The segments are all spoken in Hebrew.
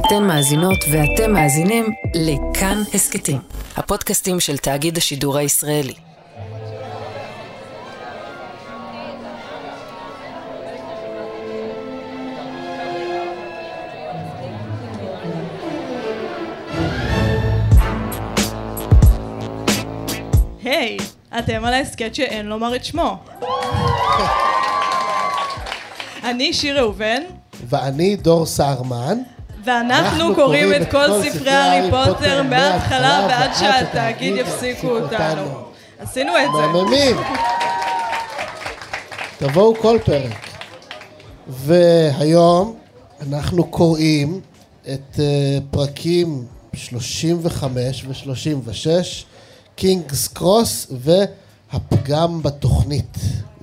אתן מאזינות ואתם מאזינים לכאן הסקטים, הפודקאסטים של תאגיד השידור הישראלי. היי, אתם על ההסקט שאין לומר את שמו. אני שיר ראובן. ואני דור סהרמן. ואנחנו קוראים את כל ספרי הארי פוטר מההתחלה ועד שהתאגיד יפסיקו אותנו. עשינו את זה. מהממים. תבואו כל פרק. והיום אנחנו קוראים את פרקים 35 ו-36, קינגס קרוס והפגם בתוכנית.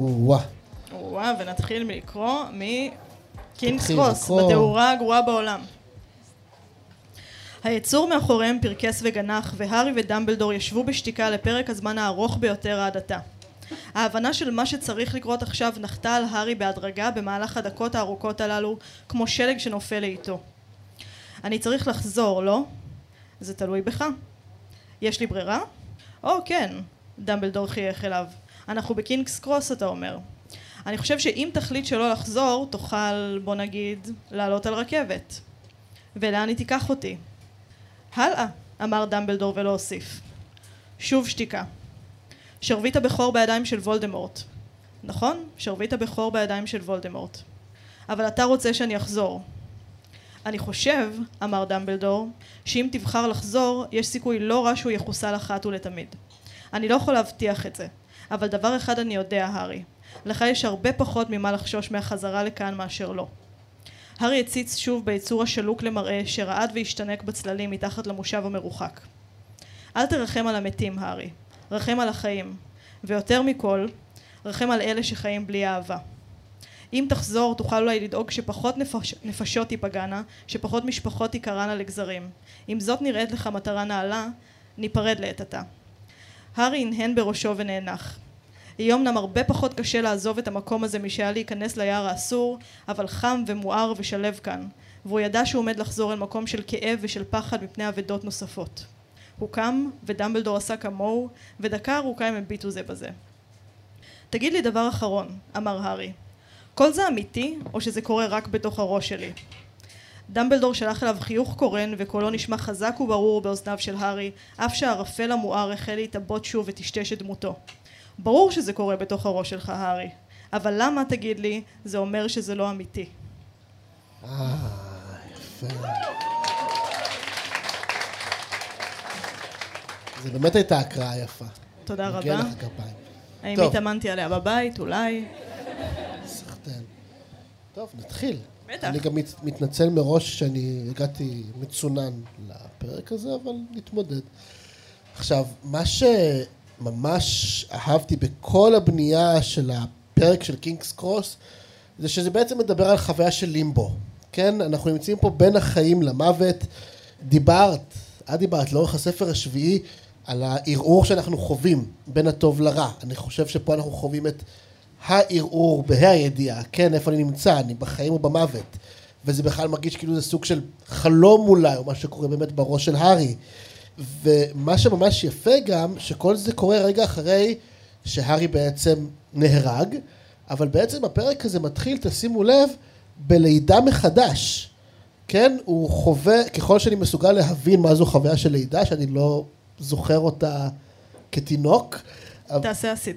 ונתחיל מלקרוא מקינגס קרוס, בתאורה הגרועה בעולם. היצור מאחוריהם פרקס וגנח, והארי ודמבלדור ישבו בשתיקה לפרק הזמן הארוך ביותר עד עתה. ההבנה של מה שצריך לקרות עכשיו נחתה על הארי בהדרגה במהלך הדקות הארוכות הללו, כמו שלג שנופל לאיתו. אני צריך לחזור, לא? זה תלוי בך. יש לי ברירה? כן, דמבלדור חייך אליו. אנחנו בקינגס קרוס, אתה אומר. אני חושב שאם תחליט שלא לחזור, תוכל, בוא נגיד, לעלות על רכבת. ולאן היא תיקח אותי? הלאה, אמר דמבלדור ולא הוסיף. שוב שתיקה. שרביט הבכור בידיים של וולדמורט. נכון? שרביט הבכור בידיים של וולדמורט. אבל אתה רוצה שאני אחזור. אני חושב, אמר דמבלדור, שאם תבחר לחזור, יש סיכוי לא רע שהוא יחוסל אחת ולתמיד. אני לא יכול להבטיח את זה, אבל דבר אחד אני יודע, הארי. לך יש הרבה פחות ממה לחשוש מהחזרה לכאן מאשר לא. הארי הציץ שוב ביצור השלוק למראה שרעד והשתנק בצללים מתחת למושב המרוחק. אל תרחם על המתים, הארי. רחם על החיים. ויותר מכל, רחם על אלה שחיים בלי אהבה. אם תחזור, תוכל אולי לדאוג שפחות נפשות תיפגענה, שפחות משפחות תיקרנה לגזרים. אם זאת נראית לך מטרה נעלה, ניפרד לעת עתה. הארי הנהן בראשו ונאנח. יהיה אמנם הרבה פחות קשה לעזוב את המקום הזה משהיה להיכנס ליער האסור, אבל חם ומואר ושלב כאן, והוא ידע שהוא עומד לחזור אל מקום של כאב ושל פחד מפני אבדות נוספות. הוא קם, ודמבלדור עשה כמוהו, ודקה ארוכה הם הביטו זה בזה. תגיד לי דבר אחרון, אמר הארי. כל זה אמיתי, או שזה קורה רק בתוך הראש שלי? דמבלדור שלח אליו חיוך קורן, וקולו נשמע חזק וברור באוזניו של הארי, אף שהערפל המואר החל להתאבות שוב וטשטש את דמותו. ברור שזה קורה בתוך הראש שלך, הארי. אבל למה, תגיד לי, זה אומר שזה לא אמיתי? יפה. זה באמת הייתה הקראה יפה. תודה רבה. מגיע לך כפיים. האם התאמנתי עליה בבית? אולי? סחטן. טוב, נתחיל. בטח. אני גם מתנצל מראש שאני הגעתי מצונן לפרק הזה, אבל נתמודד. עכשיו, מה שממש אהבתי בכל הבנייה של הפרק של קינגס קרוס, זה שזה בעצם מדבר על חוויה של לימבו. כן? אנחנו נמצאים פה בין החיים למוות. את דיברת לאורך הספר השביעי על הערעור שאנחנו חווים בין הטוב לרע. אני חושב שפה אנחנו חווים את הערעור בהידיעה, כן, איפה אני נמצא, אני בחיים או במוות. וזה בכלל מרגיש כאילו זה סוג של חלום אולי, או מה שקורה באמת בראש של הארי. ומה שממש יפה גם, שכל זה קורה רגע אחרי שהארי בעצם נהרג, אבל בעצם הפרק הזה מתחיל, תשימו לב, בלידה מחדש. כן, הוא חווה, ככל שאני מסוגל להבין מה זו חוויה של לידה, שאני לא זוכר אותה כתינוק. תעשה אסיד.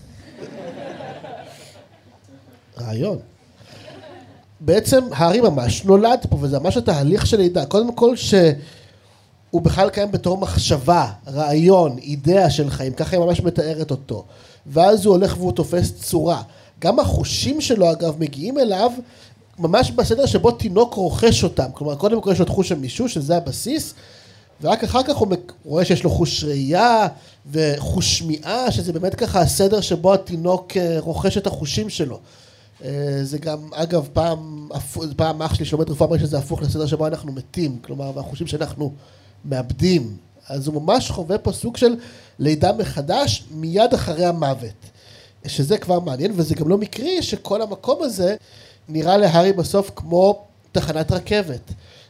רעיון. בעצם הארי ממש נולד פה, וזה ממש התהליך של לידה. קודם כל שהוא בכלל קיים בתור מחשבה, רעיון, אידאה של חיים, ככה היא ממש מתארת אותו. ואז הוא הולך והוא תופס צורה. גם החושים שלו, אגב, מגיעים אליו, ממש בסדר שבו תינוק רוכש אותם. כלומר, קודם כל יש לו חוש המישהו, שזה הבסיס, ורק אחר כך הוא רואה שיש לו חוש ראייה וחוש שמיעה, שזה באמת ככה הסדר שבו התינוק רוכש את החושים שלו. זה גם, אגב, פעם אח שלי שלומד רפואה אמר שזה הפוך לסדר שבו אנחנו מתים, כלומר, והחושים שאנחנו מאבדים. אז הוא ממש חווה פה סוג של לידה מחדש מיד אחרי המוות. שזה כבר מעניין, וזה גם לא מקרי שכל המקום הזה נראה להארי בסוף כמו תחנת רכבת.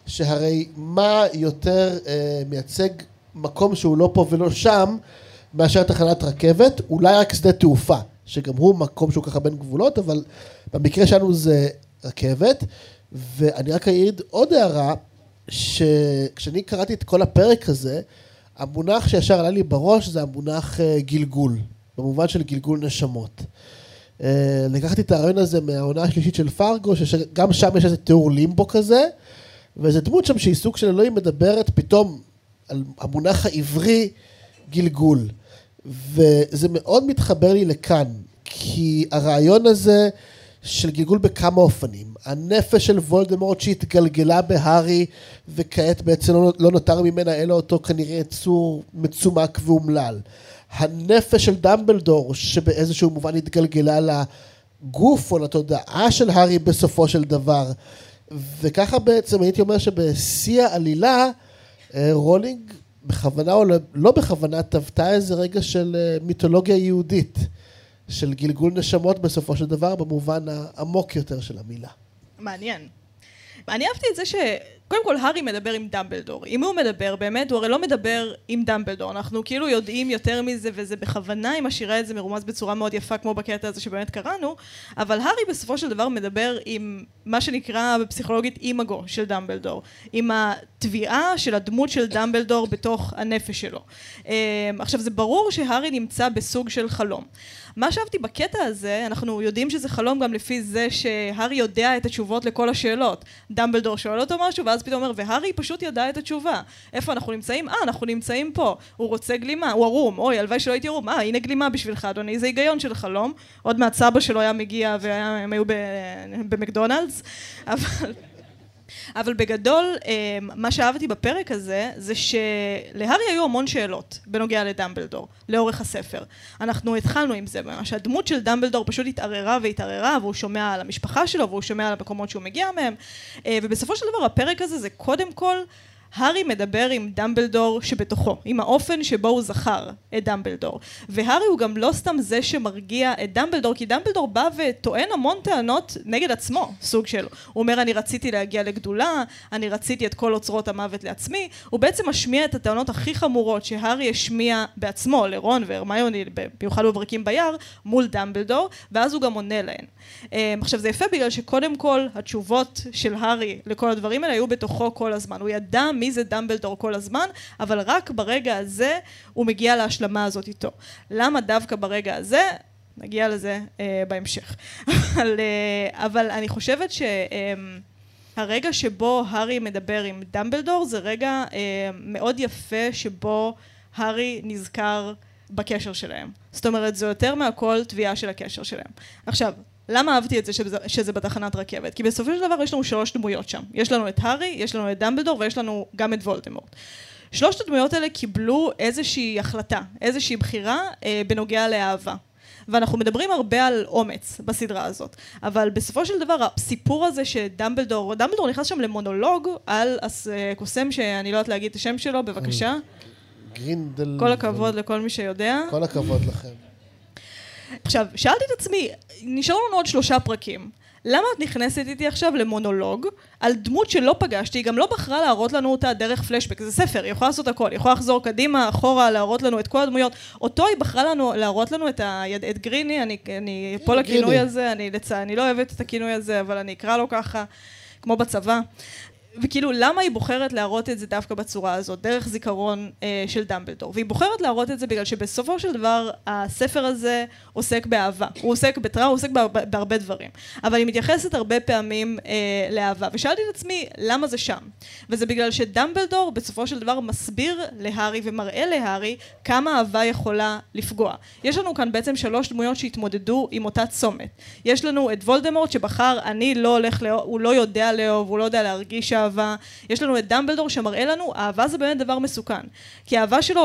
שהרי מה יותר מייצג מקום שהוא לא פה ולא שם, מאשר תחנת רכבת, אולי רק שדה תעופה, שגם הוא מקום שהוא ככה בין גבולות, אבל במקרה שלנו זה רכבת, ואני רק אעיד עוד הערה, שכשאני קראתי את כל הפרק הזה, המונח שישר עלה לי בראש זה המונח גלגול, במובן של גלגול נשמות. לקחתי את הרעיון הזה מהעונה השלישית של פארגו, שגם שם יש איזה תיאור לימבו כזה, ואיזה דמות שם שהיא סוג של אלוהים מדברת פתאום על המונח העברי גלגול. וזה מאוד מתחבר לי לכאן, כי הרעיון הזה של גלגול בכמה אופנים. הנפש של וולדמורט שהתגלגלה בהארי, וכעת בעצם לא נותר ממנה אלא אותו כנראה יצור מצומק ואומלל. הנפש של דמבלדור שבאיזשהו מובן התגלגלה לגוף או לתודעה של הארי בסופו של דבר. וככה בעצם הייתי אומר שבשיא העלילה רולינג בכוונה או לא בכוונה טבתה איזה רגע של מיתולוגיה יהודית, של גלגול נשמות בסופו של דבר במובן העמוק יותר של המילה. מעניין. אני אהבתי את זה שקודם כל הארי מדבר עם דמבלדור. אם הוא מדבר באמת, הוא הרי לא מדבר עם דמבלדור. אנחנו כאילו יודעים יותר מזה, וזה בכוונה היא משאירה את זה מרומז בצורה מאוד יפה, כמו בקטע הזה שבאמת קראנו, אבל הארי בסופו של דבר מדבר עם מה שנקרא בפסיכולוגית אימגו של דמבלדור, עם התביעה של הדמות של דמבלדור בתוך הנפש שלו. עכשיו זה ברור שהארי נמצא בסוג של חלום. מה שאהבתי בקטע הזה, אנחנו יודעים שזה חלום גם לפי זה שהארי יודע את התשובות לכל השאלות. דמבלדור שואל אותו משהו, ואז פתאום אומר, והארי פשוט ידע את התשובה. איפה אנחנו נמצאים? אנחנו נמצאים פה. הוא רוצה גלימה, הוא ערום. אוי, הלוואי שלא הייתי ערום. הנה גלימה בשבילך, אדוני. זה היגיון של חלום. עוד מעט סבא שלו היה מגיע, והם היו במקדונלדס. אבל בגדול, מה שאהבתי בפרק הזה, זה שלהארי היו המון שאלות בנוגע לדמבלדור, לאורך הספר. אנחנו התחלנו עם זה, שהדמות של דמבלדור פשוט התערערה והתערערה, והוא שומע על המשפחה שלו, והוא שומע על המקומות שהוא מגיע מהם, ובסופו של דבר הפרק הזה זה קודם כל, הארי מדבר עם דמבלדור שבתוכו, עם האופן שבו הוא זכר את דמבלדור. והארי הוא גם לא סתם זה שמרגיע את דמבלדור, כי דמבלדור בא וטוען המון טענות נגד עצמו, סוג שלו. הוא אומר, אני רציתי להגיע לגדולה, אני רציתי את כל אוצרות המוות לעצמי. הוא בעצם משמיע את הטענות הכי חמורות שהארי השמיע בעצמו, לרון והרמיוני, במיוחד בברקים ביער, מול דמבלדור, ואז הוא גם עונה להן. עכשיו זה יפה בגלל שקודם כל התשובות של הארי לכל הדברים האלה היו בתוכו כל הזמן. הוא ידע מי זה דמבלדור כל הזמן, אבל רק ברגע הזה הוא מגיע להשלמה הזאת איתו. למה דווקא ברגע הזה? נגיע לזה בהמשך. אבל אני חושבת שהרגע שבו הארי מדבר עם דמבלדור זה רגע מאוד יפה שבו הארי נזכר בקשר שלהם. זאת אומרת, זה יותר מהכל תביעה של הקשר שלהם. עכשיו, למה אהבתי את זה שזה בתחנת רכבת? כי בסופו של דבר יש לנו 3 דמויות שם. יש לנו את הארי, יש לנו את דמבלדור ויש לנו גם את וולדמורט. 3 הדמויות האלה קיבלו איזושהי החלטה, איזושהי בחירה בנוגע לאהבה. ואנחנו מדברים הרבה על אומץ בסדרה הזאת. אבל בסופו של דבר הסיפור הזה שדמבלדור נכנס שם למונולוג על קוסם שאני לא יודעת להגיד את השם שלו, בבקשה. גרינדל. כל הכבוד לכל מי שיודע. כל הכבוד לכם. עכשיו, שאלתי את עצמי, נשארו לנו עוד 3 פרקים. למה את נכנסת איתי עכשיו למונולוג על דמות שלא פגשתי, היא גם לא בחרה להראות לנו אותה דרך פלשבק, זה ספר, היא יכולה לעשות הכל, היא יכולה לחזור קדימה, אחורה, להראות לנו את כל הדמויות, אותו היא בחרה לנו, להראות לנו את גריני, אני פה לכינוי הזה, אני לא אוהבת את הכינוי הזה, אבל אני אקרא לו ככה, כמו בצבא. וכאילו, למה היא בוחרת להראות את זה דווקא בצורה הזאת, דרך זיכרון של דמבלדור? והיא בוחרת להראות את זה בגלל שבסופו של דבר, הספר הזה עוסק באהבה. הוא עוסק בטראומה, הוא עוסק בהרבה דברים. אבל היא מתייחסת הרבה פעמים לאהבה. ושאלתי את עצמי, למה זה שם? וזה בגלל שדמבלדור בסופו של דבר מסביר להארי ומראה להארי כמה אהבה יכולה לפגוע. יש לנו כאן בעצם 3 דמויות שהתמודדו עם אותה צומת. יש לנו את וולדמורט שבחר, אני לא הולך לאהוב, הוא לא יודע לאהוב, הוא לא יודע להרגיש אהבה. יש לנו את דמבלדור שמראה לנו, אהבה זה באמת דבר מסוכן. כי האהבה שלו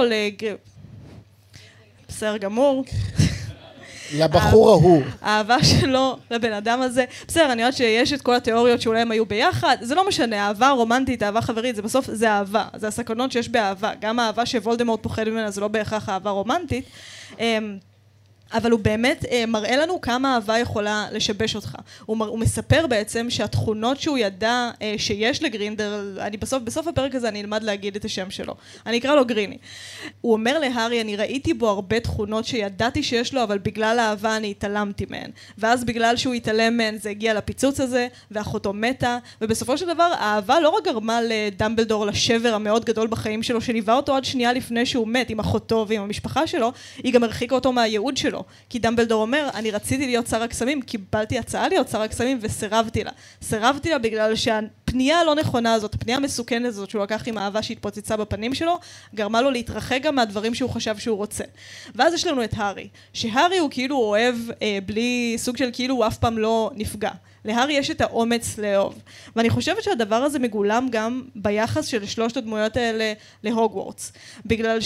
בסדר גמור. לבחור ההוא. האהבה שלו לבן אדם הזה. בסדר, אני יודעת שיש את כל התיאוריות שאולי הם היו ביחד. זה לא משנה, אהבה רומנטית, אהבה חברית, זה בסוף, זה אהבה. זה הסכנות שיש באהבה. גם האהבה שוולדמורט פוחד ממנה, זה לא בהכרח אהבה רומנטית. אבל הוא באמת מראה לנו כמה אהבה יכולה לשבש אותך. הוא מספר בעצם שהתכונות שהוא ידע שיש לגרינדר, בסוף הפרק הזה אני אלמד להגיד את השם שלו. אני אקרא לו גריני. הוא אומר להארי, אני ראיתי בו הרבה תכונות שידעתי שיש לו, אבל בגלל האהבה אני התעלמתי מהן. ואז בגלל שהוא התעלם מהן זה הגיע לפיצוץ הזה, ואחותו מתה, ובסופו של דבר האהבה לא רק גרמה לדמבלדור לשבר המאוד גדול בחיים שלו, שליווה אותו עד שנייה לפני שהוא מת עם אחותו ועם המשפחה שלו, היא גם הרחיקה אותו מהייעוד שלו. כי דמבלדור אומר, אני רציתי להיות שר הקסמים, קיבלתי הצעה להיות שר הקסמים וסירבתי לה. סירבתי לה בגלל שהפנייה הלא נכונה הזאת, הפנייה המסוכנת הזאת שהוא לקח עם האהבה שהתפוצצה בפנים שלו, גרמה לו להתרחק גם מהדברים שהוא חשב שהוא רוצה. ואז יש לנו את הארי, שהארי הוא כאילו אוהב בלי סוג של כאילו הוא אף פעם לא נפגע. להארי יש את האומץ לאהוב. ואני חושבת שהדבר הזה מגולם גם ביחס של שלושת הדמויות האלה להוגוורטס. בגלל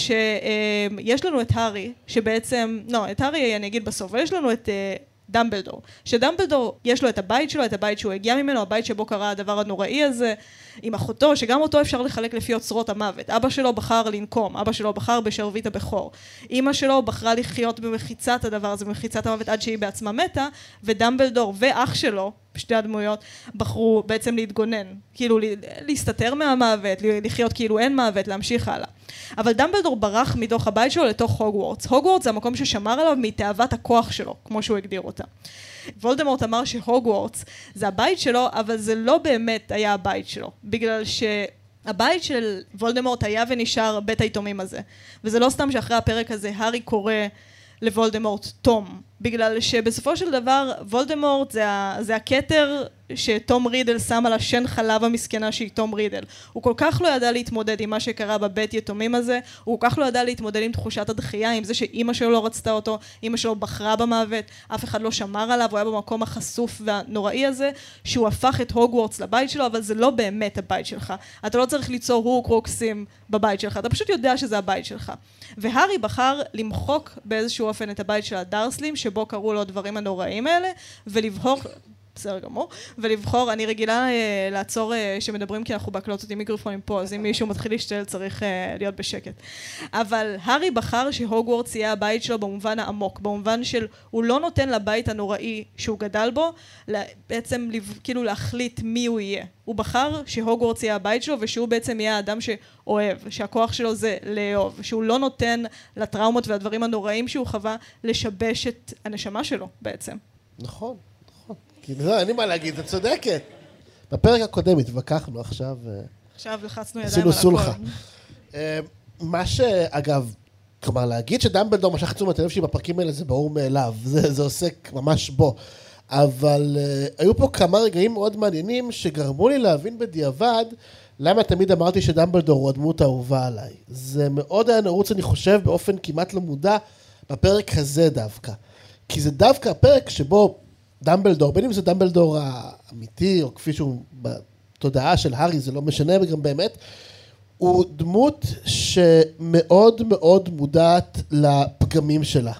שיש לנו את הארי, שבעצם, את הארי אני אגיד בסוף, ויש לנו את דמבלדור. שדמבלדור יש לו את הבית שלו, את הבית שהוא הגיע ממנו, הבית שבו קרה הדבר הנוראי הזה, עם אחותו, שגם אותו אפשר לחלק לפי אוצרות המוות. אבא שלו בחר לנקום, אבא שלו בחר בשרביט הבכור. אמא שלו בחרה לחיות במחיצת הדבר הזה, במחיצת המוות עד שהיא בעצמה מתה, ודמבלדור ואח שלו, שתי הדמויות, בחרו בעצם להתגונן, כאילו להסתתר מהמוות, לחיות כאילו אין מוות, להמשיך הלאה. אבל דמבלדור ברח מתוך הבית שלו לתוך הוגוורטס. הוגוורטס זה המקום ששמר עליו מתאוות הכוח שלו, כמו שהוא הגדיר אותה. וולדמורט אמר שהוגוורטס זה הבית שלו, אבל זה לא באמת היה הבית שלו, בגלל שהבית של וולדמורט היה ונשאר בית היתומים הזה. וזה לא סתם שאחרי הפרק הזה הארי קורא לוולדמורט תום, בגלל שבסופו של דבר וולדמורט זה הכתר שתום רידל שם על השן חלב המסכנה שהיא תום רידל. הוא כל כך לא ידע להתמודד עם מה שקרה בבית יתומים הזה, הוא כל כך לא ידע להתמודד עם תחושת הדחייה, עם זה שאמא שלו לא רצתה אותו, אמא שלו בחרה במוות, אף אחד לא שמר עליו, הוא היה במקום החשוף והנוראי הזה, שהוא הפך את הוגוורטס לבית שלו, אבל זה לא באמת הבית שלך. אתה לא צריך ליצור הורקרוקסים בבית שלך, אתה פשוט יודע שזה הבית שלך. והארי בחר למחוק באיזשהו אופן את הבית של הדרסלים, שבו קראו לו הדברים הנוראים האלה, ולבחור, בסדר גמור, ולבחור, אני רגילה לעצור שמדברים כי אנחנו בהקלטות עם מיקרופונים פה, אז אם מישהו מתחיל להשתעל צריך להיות בשקט. אבל הארי בחר שהוגוורטס יהיה הבית שלו במובן העמוק, במובן של הוא לא נותן לבית הנוראי שהוא גדל בו, בעצם כאילו להחליט מי הוא יהיה. הוא בחר שהוגוורטס יהיה הבית שלו, ושהוא בעצם יהיה האדם שאוהב, שהכוח שלו זה לאהוב, שהוא לא נותן לטראומות והדברים הנוראים שהוא חווה לשבש את הנשמה שלו בעצם. נכון. כי לא, אין לי מה להגיד, את צודקת. בפרק הקודם התווכחנו עכשיו לחצנו ידיים על סולחה. מה שאגב, כלומר להגיד שדמבלדור משך את תשומת הלב שלי בפרקים האלה זה ברור מאליו, זה עוסק ממש בו. אבל היו פה כמה רגעים מאוד מעניינים שגרמו לי להבין בדיעבד למה תמיד אמרתי שדמבלדור הוא הדמות האהובה עליי. זה מאוד היה נעוץ, אני חושב, באופן כמעט לא מודע בפרק הזה דווקא. כי זה דווקא הפרק שבו דמבלדור, בין אם זה דמבלדור האמיתי, או כפי שהוא בתודעה של הארי, זה לא משנה, וגם באמת, הוא דמות שמאוד מאוד מודעת לפגמים שלה.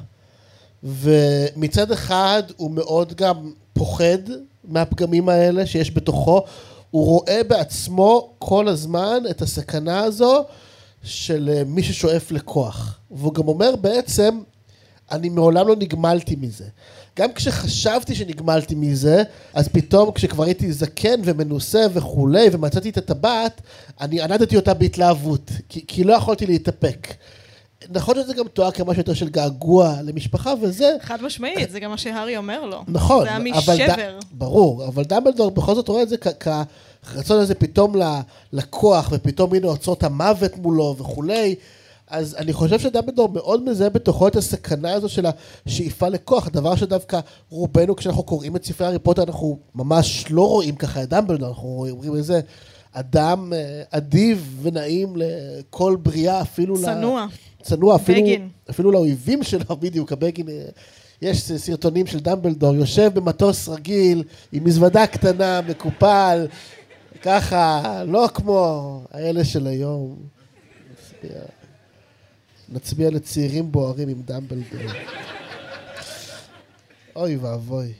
ומצד אחד הוא מאוד גם פוחד מהפגמים האלה שיש בתוכו, הוא רואה בעצמו כל הזמן את הסכנה הזו של מי ששואף לכוח. והוא גם אומר בעצם, אני מעולם לא נגמלתי מזה. גם כשחשבתי שנגמלתי מזה, אז פתאום כשכבר הייתי זקן ומנוסה וכולי, ומצאתי את הטבעת, אני ענדתי אותה בהתלהבות, כי לא יכולתי להתאפק. נכון שזה גם תואר כמה שיותר של געגוע למשפחה, וזה... חד משמעית, זה גם מה שהארי אומר לו. נכון. זה היה משבר. ברור, אבל דמבלדור בכל זאת רואה את זה כרצון הזה פתאום לכוח, ופתאום הנה אוצרות המוות מולו וכולי, אז אני חושב שדמבלדור מאוד מזהה בתוכו את הסכנה הזו של השאיפה לכוח, הדבר שדווקא רובנו כשאנחנו קוראים את ספרי הארי פוטר, אנחנו ממש לא רואים ככה את דמבלדור, אנחנו רואים איזה אדם אדיב ונעים לכל בריאה, אפילו צנוע, אפילו לאויבים שלו, בדיוק, הבגין, יש סרטונים של דמבלדור, יושב במטוס רגיל, עם מזוודה קטנה, מקופל, ככה, לא כמו האלה של היום. נצביע לצעירים בוערים עם דמבלדור. אוי ואבוי.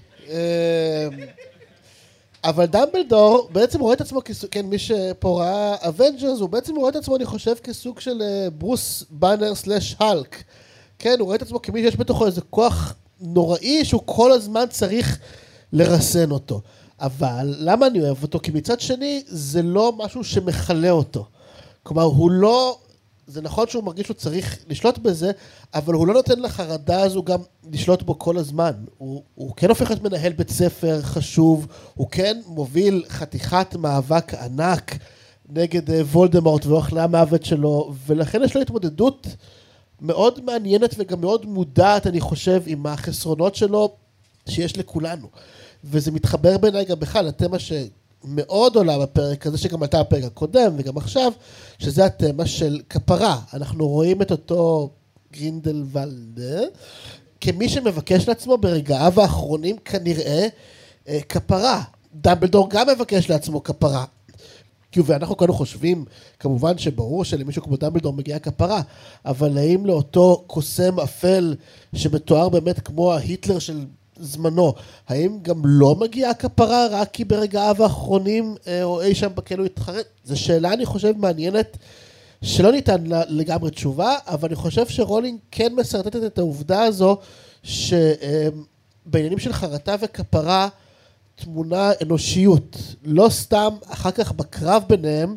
אבל דמבלדור בעצם רואה את עצמו, כן, מי שפה ראה אבנג'רס, הוא בעצם רואה את עצמו, אני חושב, כסוג של ברוס בנר סלש הלק. כן, הוא רואה את עצמו כמי שיש בתוכו איזה כוח נוראי שהוא כל הזמן צריך לרסן אותו. אבל למה אני אוהב אותו? כי מצד שני זה לא משהו שמחלה אותו. כלומר, הוא לא, זה נכון שהוא מרגיש שהוא צריך לשלוט בזה, אבל הוא לא נותן לחרדה הזו גם לשלוט בו כל הזמן. הוא כן הופך להיות מנהל בית ספר חשוב, הוא כן מוביל חתיכת מאבק ענק נגד וולדמורט ואוכלי המוות שלו, ולכן יש לו התמודדות מאוד מעניינת וגם מאוד מודעת, אני חושב, עם החסרונות שלו שיש לכולנו. וזה מתחבר בעיניי גם בכלל לתמה שמאוד עולה בפרק הזה, שגם עלתה בפרק הקודם וגם עכשיו, שזה התמה של כפרה. אנחנו רואים את אותו גרינדלוולד כמי שמבקש לעצמו ברגעיו האחרונים כנראה כפרה. דמבלדור גם מבקש לעצמו כפרה. ואנחנו כאן חושבים, כמובן שברור שלמישהו כמו דמבלדור מגיעה כפרה, אבל האם לאותו קוסם אפל שמתואר באמת כמו ההיטלר של זמנו, האם גם לא מגיעה כפרה רק כי ברגעיו האחרונים או אי שם בכלוא התחרט? זו שאלה אני חושב מעניינת שלא ניתן לגמרי תשובה, אבל אני חושב שרולינג כן מסרטטת את העובדה הזו שבעניינים של חרטה וכפרה תמונה אנושיות. לא סתם אחר כך בקרב ביניהם,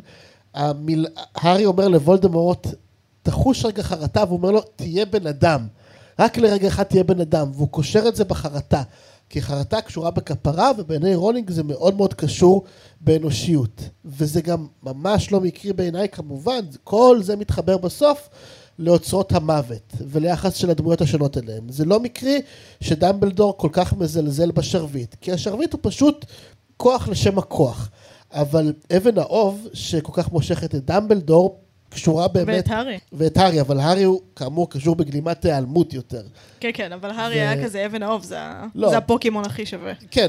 הארי אומר לוולדמורט, תחוש רגע חרטה, והוא אומר לו, תהיה בן אדם. רק לרגע אחד תהיה בן אדם, והוא קושר את זה בחרטה. כי חרטה קשורה בכפרה, ובעיני רולינג זה מאוד מאוד קשור באנושיות. וזה גם ממש לא מקרי בעיניי כמובן, כל זה מתחבר בסוף לאוצרות המוות, וליחס של הדמויות השונות אליהם. זה לא מקרי שדמבלדור כל כך מזלזל בשרביט, כי השרביט הוא פשוט כוח לשם הכוח. אבל אבן האוב, שכל כך מושכת את דמבלדור, קשורה באמת... ואת הארי, אבל הארי הוא כאמור קשור בגלימת העלמות יותר. כן, כן, אבל הארי היה כזה אבן האוב, זה הפוקימון הכי שווה. כן,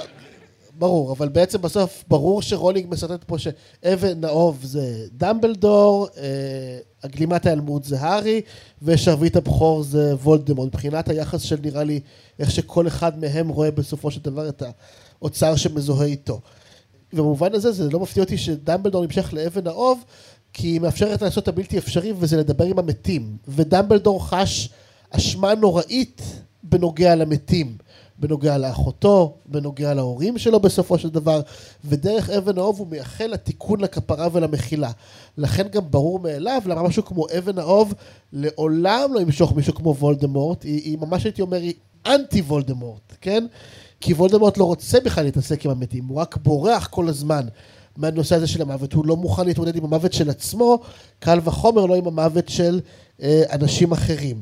ברור, אבל בעצם בסוף ברור שרולינג מסרטט פה שאבן האוב זה דמבלדור, הגלימת העלמות זה הארי, ושרביט הבכור זה וולדמורט. מבחינת היחס של נראה לי איך שכל אחד מהם רואה בסופו של דבר את האוצר שמזוהה איתו. ובמובן הזה זה לא מפתיע אותי שדמבלדור נמשך לאבן האוב, כי היא מאפשרת לעשות את הבלתי אפשרי, וזה לדבר עם המתים. ודמבלדור חש אשמה נוראית בנוגע למתים, בנוגע לאחותו, בנוגע להורים שלו בסופו של דבר, ודרך אבן האוב הוא מייחל לתיקון, לכפרה ולמחילה. לכן גם ברור מאליו, למה משהו כמו אבן האוב לעולם לא ימשוך מישהו כמו וולדמורט, היא ממש הייתי אומר, היא אנטי וולדמורט, כן? כי וולדמורט לא רוצה בכלל להתעסק עם המתים, הוא רק בורח כל הזמן מהנושא הזה של המוות, הוא לא מוכן להתמודד עם המוות של עצמו, קל וחומר לא עם המוות של אנשים אחרים.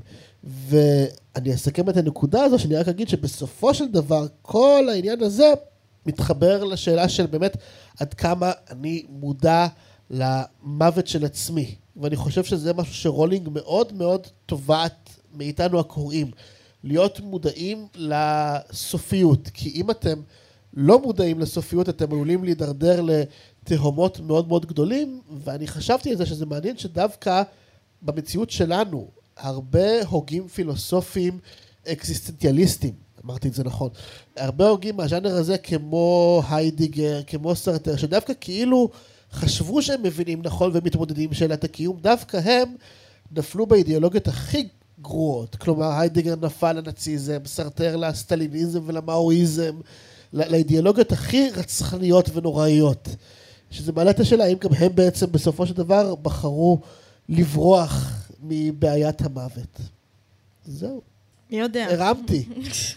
ואני אסכם את הנקודה הזו, שאני רק אגיד שבסופו של דבר, כל העניין הזה מתחבר לשאלה של באמת עד כמה אני מודע למוות של עצמי. ואני חושב שזה משהו שרולינג מאוד מאוד טובעת מאיתנו הקוראים, להיות מודעים לסופיות. כי אם אתם לא מודעים לסופיות, אתם עלולים להידרדר לתהומות מאוד מאוד גדולים, ואני חשבתי על זה שזה מעניין שדווקא במציאות שלנו, הרבה הוגים פילוסופיים אקזיסטנציאליסטים, אמרתי את זה נכון, הרבה הוגים מהז'אנר הזה כמו היידיגר, כמו סרטר, שדווקא כאילו חשבו שהם מבינים נכון ומתמודדים שאלת הקיום, דווקא הם נפלו באידיאולוגיות הכי גרועות, כלומר היידיגר נפל לנאציזם, סרטר לסטליניזם ולמאואיזם, לאידיאולוגיות הכי רצחניות ונוראיות, שזה מעלה את השאלה האם גם הם בעצם בסופו של דבר בחרו לברוח מבעיית המוות. זהו. מי יודע. הרמתי.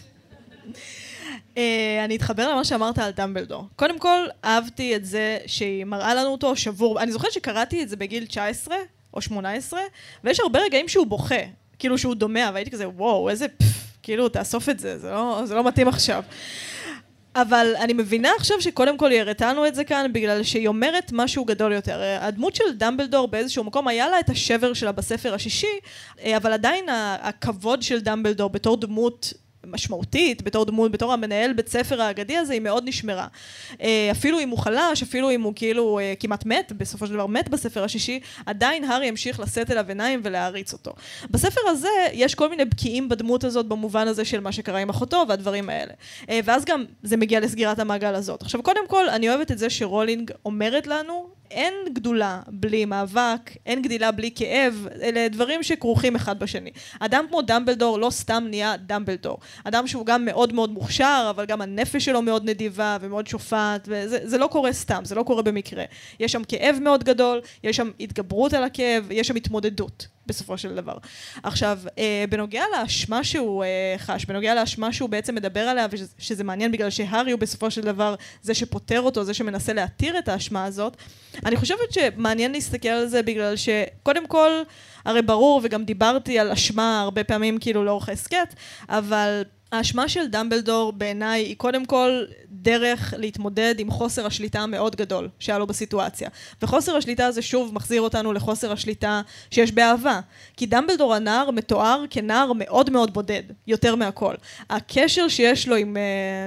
אני אתחבר למה שאמרת על דמבלדור. קודם כל, אהבתי את זה שהיא מראה לנו אותו שבור. אני זוכרת שקראתי את זה בגיל 19 או 18, ויש הרבה רגעים שהוא בוכה, כאילו שהוא דומע, והייתי כזה, וואו, איזה כאילו, תאסוף את זה, זה לא מתאים עכשיו. אבל אני מבינה עכשיו שקודם כל היא הראתה לנו את זה כאן, בגלל שהיא אומרת משהו גדול יותר. הדמות של דמבלדור באיזשהו מקום, היה לה את השבר שלה בספר השישי, אבל עדיין הכבוד של דמבלדור בתור דמות משמעותית, בתור המנהל בית ספר האגדי הזה, היא מאוד נשמרה. אפילו אם הוא חלש, אפילו אם הוא כאילו כמעט מת, בסופו של דבר מת בספר השישי, עדיין הארי המשיך לשאת אליו עיניים ולהריץ אותו. בספר הזה יש כל מיני בקיעים בדמות הזאת, במובן הזה של מה שקרה עם אחותו והדברים האלה. ואז גם זה מגיע לסגירת המעגל הזאת. עכשיו, קודם כל, אני אוהבת את זה שרולינג אומרת לנו אין גדולה בלי מאבק, אין גדילה בלי כאב, אלה דברים שכרוכים אחד בשני. אדם כמו דמבלדור לא סתם נהיה דמבלדור. אדם שהוא גם מאוד מאוד מוכשר, אבל גם הנפש שלו מאוד נדיבה ומאוד שופעת, וזה לא קורה סתם, זה לא קורה במקרה. יש שם כאב מאוד גדול, יש שם התגברות על הכאב, יש שם התמודדות. בסופו של דבר. עכשיו, בנוגע לאשמה שהוא חש, בנוגע לאשמה שהוא בעצם מדבר עליה, ושזה מעניין בגלל שהארי הוא בסופו של דבר זה שפותר אותו, זה שמנסה להתיר את האשמה הזאת, אני חושבת שמעניין להסתכל על זה בגלל שקודם כל, הרי ברור, וגם דיברתי על אשמה הרבה פעמים כאילו לאורך הסקט, אבל האשמה של דמבלדור בעיניי היא קודם כל דרך להתמודד עם חוסר השליטה המאוד גדול שהיה לו בסיטואציה. וחוסר השליטה הזה שוב מחזיר אותנו לחוסר השליטה שיש באהבה. כי דמבלדור הנער מתואר כנער מאוד מאוד בודד, יותר מהכל. הקשר שיש לו עם...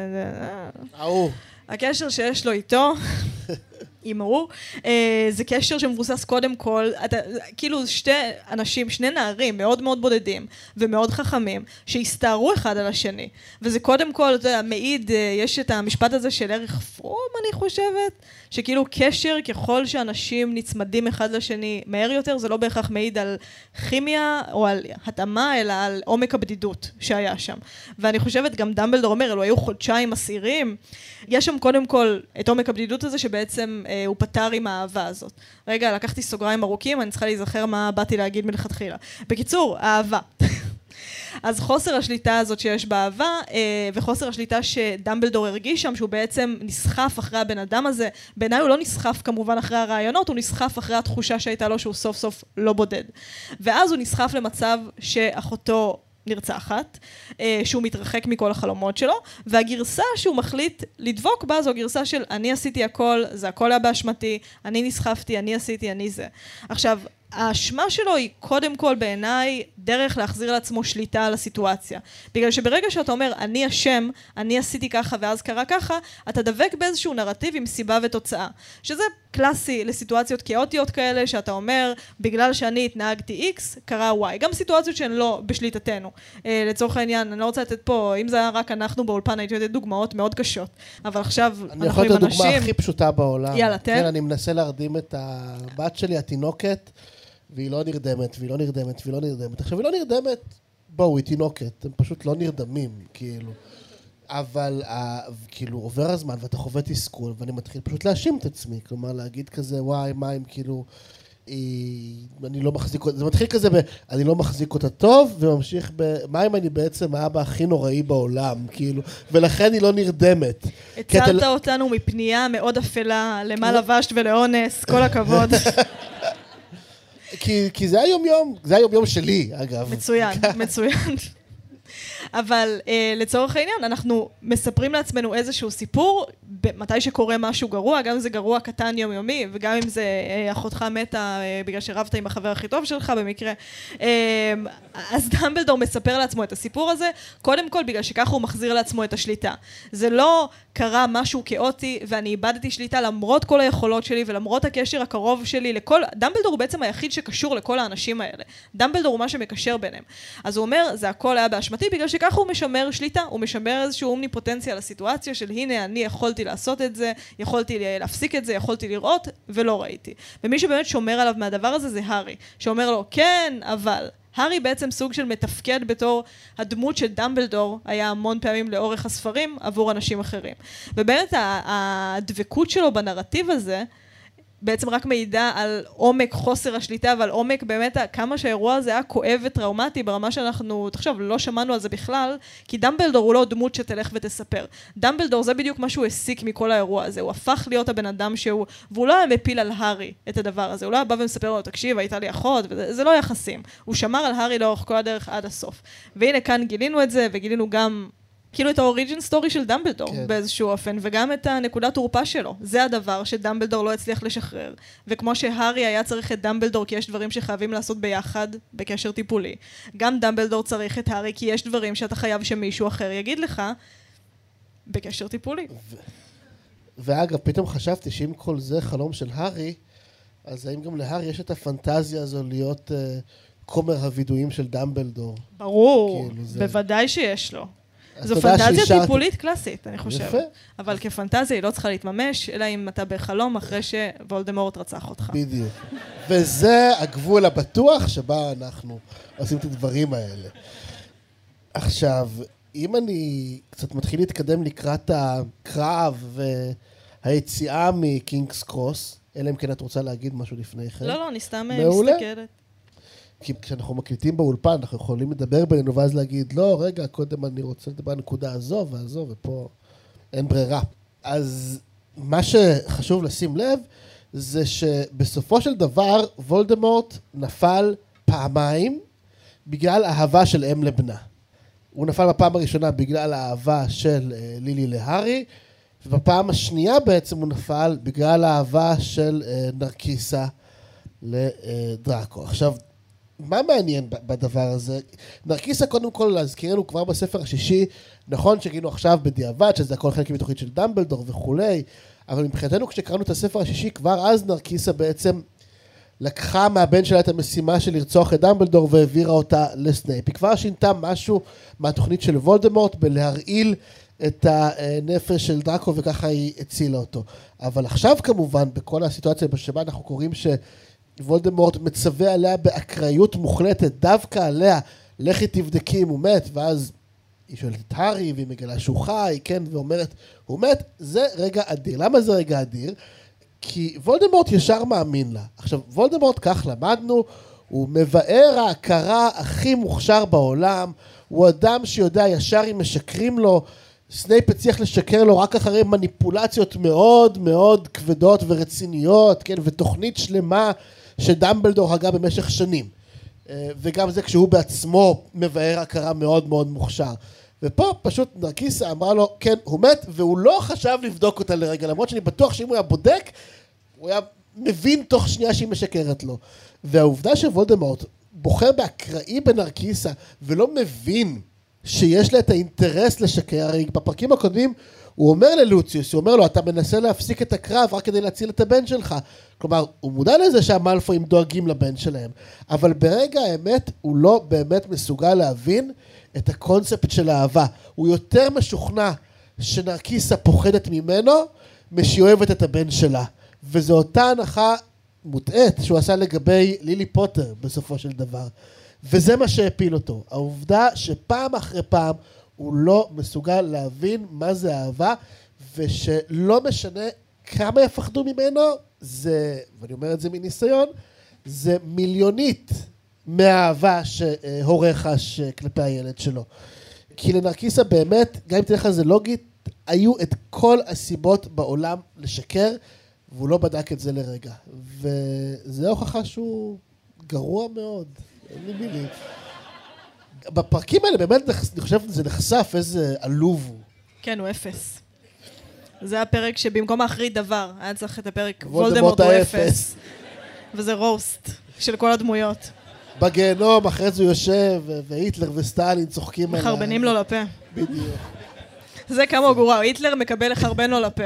הקשר שיש לו איתו... אימרו, זה קשר שמבוסס קודם כל, כאילו שני נערים מאוד מאוד בודדים ומאוד חכמים, שהסתערו אחד על השני. וזה קודם כל, אתה יודע, מעיד, יש את המשפט הזה של ערך פרום, אני חושבת, שכאילו קשר ככל שאנשים נצמדים אחד לשני מהר יותר, זה לא בהכרח מעיד על כימיה או על התאמה, אלא על עומק הבדידות שהיה שם. ואני חושבת, גם דמבלדור אומר, אלו היו חודשיים מסעירים, יש שם קודם כל את עומק הבדידות הזה שבעצם הוא פתר עם האהבה הזאת. רגע, לקחתי סוגריים ארוכים, אני צריכה להיזכר מה באתי להגיד מלכתחילה. בקיצור, האהבה. אז חוסר השליטה הזאת שיש באהבה, וחוסר השליטה שדמבלדור הרגיש שם, שהוא בעצם נסחף אחרי הבן אדם הזה, בעיניי הוא לא נסחף כמובן אחרי הרעיונות, הוא נסחף אחרי התחושה שהייתה לו שהוא סוף סוף לא בודד. ואז הוא נסחף למצב שאחותו נרצחת, שהוא מתרחק מכל החלומות שלו, והגרסה שהוא מחליט לדבוק בה, זו הגרסה של אני עשיתי הכל, זה הכל היה באשמתי, אני נסחפתי, אני עשיתי, אני זה. עכשיו, האשמה שלו היא קודם כל בעיניי דרך להחזיר לעצמו שליטה על הסיטואציה. בגלל שברגע שאתה אומר, אני אשם, אני עשיתי ככה ואז קרה ככה, אתה דבק באיזשהו נרטיב עם סיבה ותוצאה. שזה קלאסי לסיטואציות כאוטיות כאלה, שאתה אומר, בגלל שאני התנהגתי X, קרה Y. גם סיטואציות שהן לא בשליטתנו. לצורך העניין, אני לא רוצה לתת פה, אם זה היה רק אנחנו באולפן, הייתי יודעת דוגמאות מאוד קשות. אבל עכשיו אנחנו עם אנשים... אני יכול לתת דוגמה הכי פשוטה בעולם. יאללה, תן. כן, אני מנסה להרדים את הבת שלי, התינוקת, והיא לא נרדמת, והיא לא נרדמת, והיא לא נרדמת. עכשיו, היא לא נרדמת, בואו, היא תינוקת, הם פשוט לא נרדמים, כאילו. אבל, כאילו, עובר הזמן, ואתה חווה תסכול, ואני מתחיל פשוט להאשים את עצמי, כלומר, להגיד כזה, וואי, מה אם, כאילו, אני לא מחזיק אותה, זה מתחיל כזה אני לא מחזיק אותה טוב, וממשיך מה אם אני בעצם האבא הכי נוראי בעולם, כאילו, ולכן היא לא נרדמת. הצלת אותנו מפנייה מאוד אפלה, למה לבשת ולאונס, כל הכבוד. כי זה היום-יום שלי, אגב. מצוין, מצוין. אבל לצורך העניין, אנחנו מספרים לעצמנו איזשהו סיפור, מתי שקורה משהו גרוע, גם אם זה גרוע קטן יומיומי, וגם אם זה אחותך מתה בגלל שרבת עם החבר הכי טוב שלך במקרה. אז דמבלדור מספר לעצמו את הסיפור הזה, קודם כל בגלל שככה הוא מחזיר לעצמו את השליטה. זה לא קרה משהו כאוטי, ואני איבדתי שליטה למרות כל היכולות שלי, ולמרות הקשר הקרוב שלי לכל... דמבלדור הוא בעצם היחיד שקשור לכל האנשים האלה. דמבלדור הוא מה שמקשר ביניהם. אז הוא אומר, זה הכל היה באשמתי, בגלל שככה הוא משמר שליטה, הוא משמר איזשהו אומניפוטנציה לסיטואציה של הנה, אני יכולתי לעשות את זה, יכולתי להפסיק את זה, יכולתי לראות, ולא ראיתי. ומי שבאמת שומר עליו מהדבר הזה זה הארי, שאומר לו, כן, אבל... הארי בעצם סוג של מתפקד בתור הדמות של דמבלדור היה המון פעמים לאורך הספרים עבור אנשים אחרים. ובאמת הדבקות שלו בנרטיב הזה בעצם רק מעידה על עומק חוסר השליטה ועל עומק באמת כמה שהאירוע הזה היה כואב וטראומטי ברמה שאנחנו, תחשוב, לא שמענו על זה בכלל, כי דמבלדור הוא לא דמות שתלך ותספר. דמבלדור זה בדיוק מה שהוא הסיק מכל האירוע הזה, הוא הפך להיות הבן אדם שהוא, והוא לא היה מפיל על הארי את הדבר הזה, הוא לא היה בא ומספר לו, תקשיב, הייתה לי אחות, וזה לא יחסים. הוא שמר על הארי לאורך כל הדרך עד הסוף. והנה כאן גילינו את זה, וגילינו גם כאילו את האוריג'ין סטורי של דמבלדור כן. באיזשהו אופן, וגם את הנקודת תורפה שלו. זה הדבר שדמבלדור לא הצליח לשחרר. וכמו שהארי היה צריך את דמבלדור, כי יש דברים שחייבים לעשות ביחד, בקשר טיפולי. גם דמבלדור צריך את הארי, כי יש דברים שאתה חייב שמישהו אחר יגיד לך, בקשר טיפולי. ואגב, פתאום חשבתי שאם כל זה חלום של הארי, אז האם גם להארי יש את הפנטזיה הזו להיות כומר הווידויים של דמבלדור? ברור, בוודאי שיש לו. זו פנטזיה טיפולית קלאסית, אני חושב. יפה. אבל כפנטזיה היא לא צריכה להתממש, אלא אם אתה בחלום אחרי שוולדמורט רצח אותך. בדיוק. וזה הגבול הבטוח שבה אנחנו עושים את הדברים האלה. עכשיו, אם אני קצת מתחיל להתקדם לקראת הקרב והיציאה מקינגס קרוס, אלא אם כן את רוצה להגיד משהו לפני כן. לא, אני סתם מעולה. מסתכלת. כי כשאנחנו מקליטים באולפן, אנחנו יכולים לדבר בינינו, ואז להגיד, לא, רגע, קודם אני רוצה לדבר על הנקודה הזו והזו, ופה אין ברירה. אז מה שחשוב לשים לב, זה שבסופו של דבר, וולדמורט נפל פעמיים, בגלל אהבה של אם לבנה. הוא נפל בפעם הראשונה בגלל האהבה של לילי להרי, ובפעם השנייה בעצם הוא נפל בגלל האהבה של נרקיסה לדרקו. עכשיו, מה מעניין בדבר הזה? נרקיסה קודם כל להזכירנו כבר בספר השישי, נכון שגינו עכשיו בדיעבד, שזה הכל חלק מתוכנית של דמבלדור וכולי, אבל מבחינתנו כשקראנו את הספר השישי, כבר אז נרקיסה בעצם לקחה מהבן שלה את המשימה של לרצוח את דמבלדור והעבירה אותה לסנייפ. היא כבר שינתה משהו מהתוכנית של וולדמורט בלהרעיל את הנפש של דרקו וככה היא הצילה אותו. אבל עכשיו כמובן בכל הסיטואציה שבה אנחנו קוראים שוולדמורט מצווה עליה באקראיות מוחלטת, דווקא עליה, לכי תבדקי אם הוא מת, ואז היא שואלת את הארי והיא מגלה שהוא חי, כן, ואומרת, הוא מת, זה רגע אדיר. למה זה רגע אדיר? כי וולדמורט ישר מאמין לה. עכשיו, וולדמורט, כך למדנו, הוא מבאר ההכרה הכי מוכשר בעולם, הוא אדם שיודע ישר אם משקרים לו, סנייפ הצליח לשקר לו רק אחרי מניפולציות מאוד מאוד כבדות ורציניות, כן, ותוכנית שלמה שדמבלדור הגה במשך שנים. וגם זה כשהוא בעצמו מבאר הכרה מאוד מאוד מוכשר. ופה פשוט נרקיסה אמרה לו, כן, הוא מת, והוא לא חשב לבדוק אותה לרגע, למרות שאני בטוח שאם הוא היה בודק, הוא היה מבין תוך שנייה שהיא משקרת לו. והעובדה שוולדמורט בוחר באקראי בנרקיסה, ולא מבין שיש לה את האינטרס לשקר, הרי בפרקים הקודמים הוא אומר ללוציוס, הוא אומר לו, אתה מנסה להפסיק את הקרב רק כדי להציל את הבן שלך. כלומר, הוא מודע לזה שהמלפויים דואגים לבן שלהם, אבל ברגע האמת הוא לא באמת מסוגל להבין את הקונספט של האהבה. הוא יותר משוכנע שנרקיסה פוחדת ממנו, משהיא אוהבת את הבן שלה. וזו אותה הנחה מוטעת שהוא עשה לגבי לילי פוטר בסופו של דבר. וזה מה שהפיל אותו. העובדה שפעם אחרי פעם הוא לא מסוגל להבין מה זה אהבה, ושלא משנה כמה יפחדו ממנו, זה, ואני אומר את זה מניסיון, זה מיליונית מהאהבה שהורה חש כלפי הילד שלו. כי לנרקיסה באמת, גם אם תלך על זה לוגית, היו את כל הסיבות בעולם לשקר, והוא לא בדק את זה לרגע. וזה הוכחה שהוא גרוע מאוד. אין לי מילים. בפרקים האלה באמת, אני חושב, זה נחשף איזה עלוב הוא. כן, הוא אפס. זה הפרק שבמקום האחרית דבר, היה צריך את הפרק וולדמורט הוא אפס. וזה רוסט של כל הדמויות. בגיהנום, אחרי זה הוא יושב, והיטלר וסטלין צוחקים עליו. מחרבנים לו לפה. בדיוק. זה כמה הוא גרוע, היטלר מקבל לחרבן לו לפה.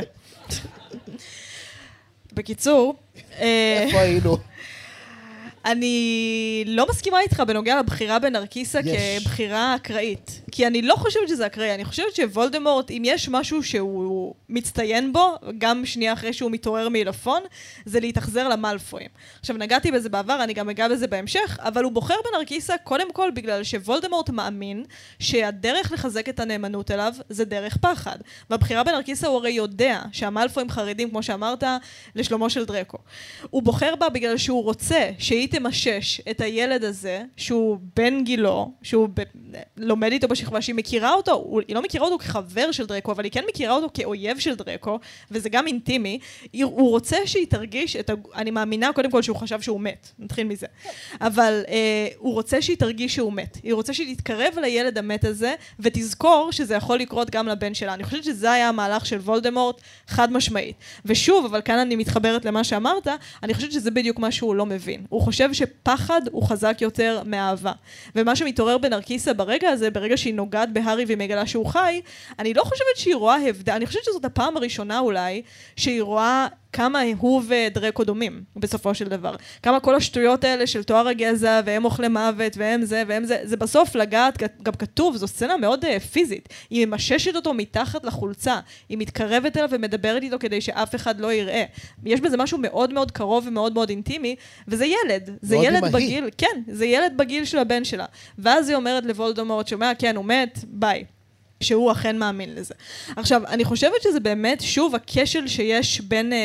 בקיצור, איפה היינו? אני לא מסכימה איתך בנוגע לבחירה בנרקיסה כבחירה אקראית. כי אני לא חושבת שזה אקראי, אני חושבת שוולדמורט, אם יש משהו שהוא מצטיין בו, גם שנייה אחרי שהוא מתעורר מעילפון, זה להתאכזר למלפויים. עכשיו, נגעתי בזה בעבר, אני גם אגע בזה בהמשך, אבל הוא בוחר בנרקיסה קודם כל בגלל שוולדמורט מאמין שהדרך לחזק את הנאמנות אליו זה דרך פחד. והבחירה בנרקיסה הוא הרי יודע שהמלפויים חרדים, כמו שאמרת, לשלומו של דרקו. הוא בוחר בה בגלל שהוא רוצה שהיא תמשש את הילד הזה, שהוא בן גילו, שהוא לומד איתו בשכבה, שהיא מכירה אותו, היא לא מכירה אותו כחבר של דרקו, אבל היא כן מכירה אותו כאויב של דרקו, וזה גם אינטימי. הוא רוצה שהיא תרגיש, אני מאמינה קודם כל שהוא חשב שהוא מת, נתחיל מזה, אבל הוא רוצה שהיא תרגיש שהוא מת. היא רוצה שהיא תתקרב לילד המת הזה, ותזכור שזה יכול לקרות גם לבן שלה. אני חושבת שזה היה המהלך של וולדמורט חד משמעית. ושוב, אבל כאן אני מתחברת למה שאמרת, אני חושבת שזה בדיוק מה שהוא לא מבין. הוא חושב שפחד הוא חזק יותר מאהבה. ומה שמתעורר בנרקיסה ברגע הזה, ברגע שהיא נוגעת בהארי והיא מגלה שהוא חי, אני לא חושבת שהיא רואה הבדל, אני חושבת שזאת הפעם הראשונה אולי, שהיא רואה כמה הוא ודרקו דומים, בסופו של דבר. כמה כל השטויות האלה של תואר הגזע, והם אוכלי מוות, והם זה, זה בסוף לגעת, גם כתוב, זו סצנה מאוד פיזית. היא ממששת אותו מתחת לחולצה, היא מתקרבת אליו ומדברת איתו כדי שאף אחד לא יראה. יש בזה משהו מאוד מאוד קרוב ומאוד מאוד אינטימי, וזה ילד. זה ילד בגיל, כן, זה ילד בגיל של הבן שלה. ואז היא אומרת לוולדמורט, שומע, כן, הוא מת, ביי. שהוא אכן מאמין לזה. עכשיו, אני חושבת שזה באמת, שוב, הכשל שיש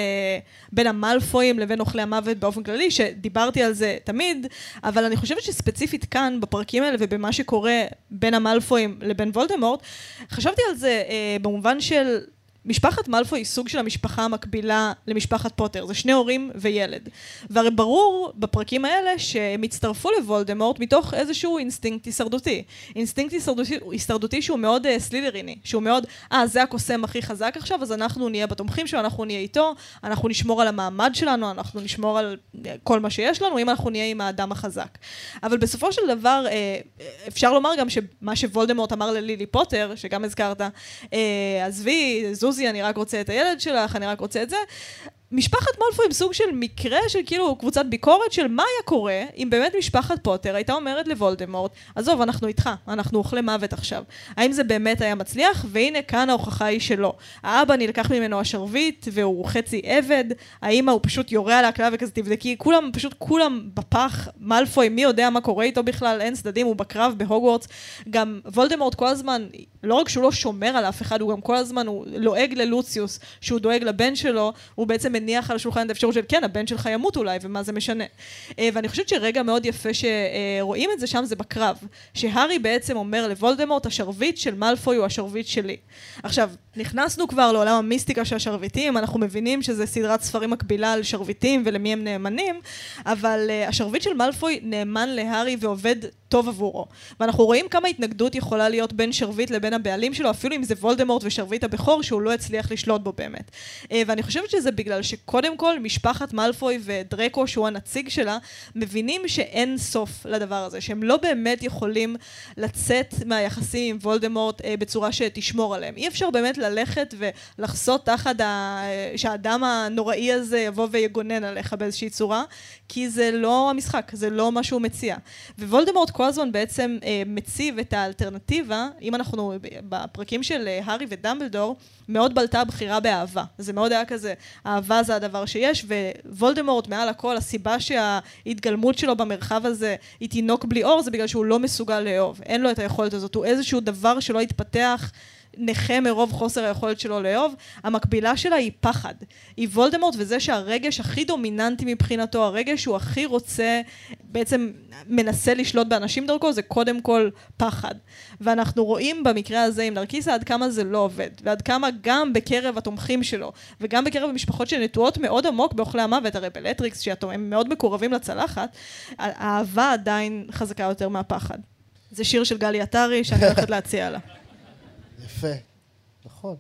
בין המלפויים לבין אוכלי המוות באופן כללי, שדיברתי על זה תמיד, אבל אני חושבת שספציפית כאן, בפרקים האלה ובמה שקורה בין המלפויים לבין וולדמורט, חשבתי על זה במובן של משפחת מאלפוי היא סוג של המשפחה המקבילה למשפחת פוטר, זה שני הורים וילד. והרי ברור בפרקים האלה שהם הצטרפו לוולדמורט מתוך איזשהו אינסטינקט הישרדותי. אינסטינקט הישרדותי שהוא מאוד סלידריני, שהוא מאוד, זה הקוסם הכי חזק עכשיו, אז אנחנו נהיה בתומכים שלו, אנחנו נהיה איתו, אנחנו נשמור על המעמד שלנו, אנחנו נשמור על כל מה שיש לנו, אם אנחנו נהיה עם האדם החזק. אבל בסופו של דבר, אפשר לומר גם שמה שוולדמורט אמר ללילי פוטר, שגם הזכרת, עזבי, זוזי, אני רק רוצה את הילד שלך, אני רק רוצה את זה. משפחת מאלפוי עם סוג של מקרה של כאילו קבוצת ביקורת של מה היה קורה אם באמת משפחת פוטר הייתה אומרת לוולדמורט, עזוב, אנחנו איתך, אנחנו אוכלי מוות עכשיו. האם זה באמת היה מצליח? והנה כאן ההוכחה היא שלא. האבא נלקח ממנו השרביט והוא חצי עבד, האמא הוא פשוט יורה על ההקלעה וכזה תבדקי, כולם בפח, מאלפוי, מי יודע מה קורה איתו בכלל, אין צדדים, הוא בקרב בהוגוורטס. גם וולדמורט כל הזמן, לא רק שהוא לא שומר על אף אחד, הוא גם כל הזמן הוא לועג ללוציוס, שהוא דואג לבן שלו, הוא בעצם מניח על השולחן את האפשרות של כן, הבן שלך ימות אולי, ומה זה משנה. ואני חושבת שרגע מאוד יפה שרואים את זה שם, זה בקרב. שהרי בעצם אומר לוולדמורט, השרביט של מאלפוי הוא השרביט שלי. עכשיו, נכנסנו כבר לעולם המיסטיקה של השרביטים, אנחנו מבינים שזה סדרת ספרים מקבילה על שרביטים ולמי הם נאמנים, אבל השרביט של מאלפוי נאמן להרי ועובד טוב עבורו. ואנחנו רואים כמה התנגדות יכולה להיות בין שרביט לבין הבעלים שלו, אפילו אם זה וולדמורט ושרביט הבכור, שהוא לא הצליח לשלוט בו באמת. ואני חושבת שזה בגלל שקודם כל משפחת מאלפוי ודרקו, שהוא הנציג שלה, מבינים שאין סוף לדבר הזה, שהם לא באמת יכולים לצאת מהיחסים עם וולדמורט בצורה שתשמור עליהם. אי אפשר באמת ללכת ולחסות תחת שהאדם הנוראי הזה יבוא ויגונן עליך באיזושהי צורה, כי זה לא המשחק, זה לא מה שהוא מציע. ווולדמורט כל הזמן בעצם מציב את האלטרנטיבה, אם אנחנו בפרקים של הארי ודמבלדור, מאוד בלטה הבחירה באהבה. זה מאוד היה כזה, אהבה זה הדבר שיש, ווולדמורט מעל הכל, הסיבה שההתגלמות שלו במרחב הזה היא תינוק בלי אור, זה בגלל שהוא לא מסוגל לאהוב. אין לו את היכולת הזאת, הוא איזשהו דבר שלא יתפתח, נכה מרוב חוסר היכולת שלו לאהוב. המקבילה שלה היא פחד. היא וולדמורט, וזה שהרגש הכי דומיננטי מבחינתו, הרגש שהוא הכי רוצה, בעצם מנסה לשלוט באנשים דרכו, זה קודם כל פחד. ואנחנו רואים במקרה הזה עם נרקיסה עד כמה זה לא עובד, ועד כמה גם בקרב התומכים שלו, וגם בקרב המשפחות שנטועות מאוד עמוק באוכלי המוות, הרי בלטריקס, שהם מאוד מקורבים לצלחת, האהבה עדיין חזקה יותר מהפחד. זה שיר של גלי עטרי שאני הולכת להציע לה. יפה, נכון.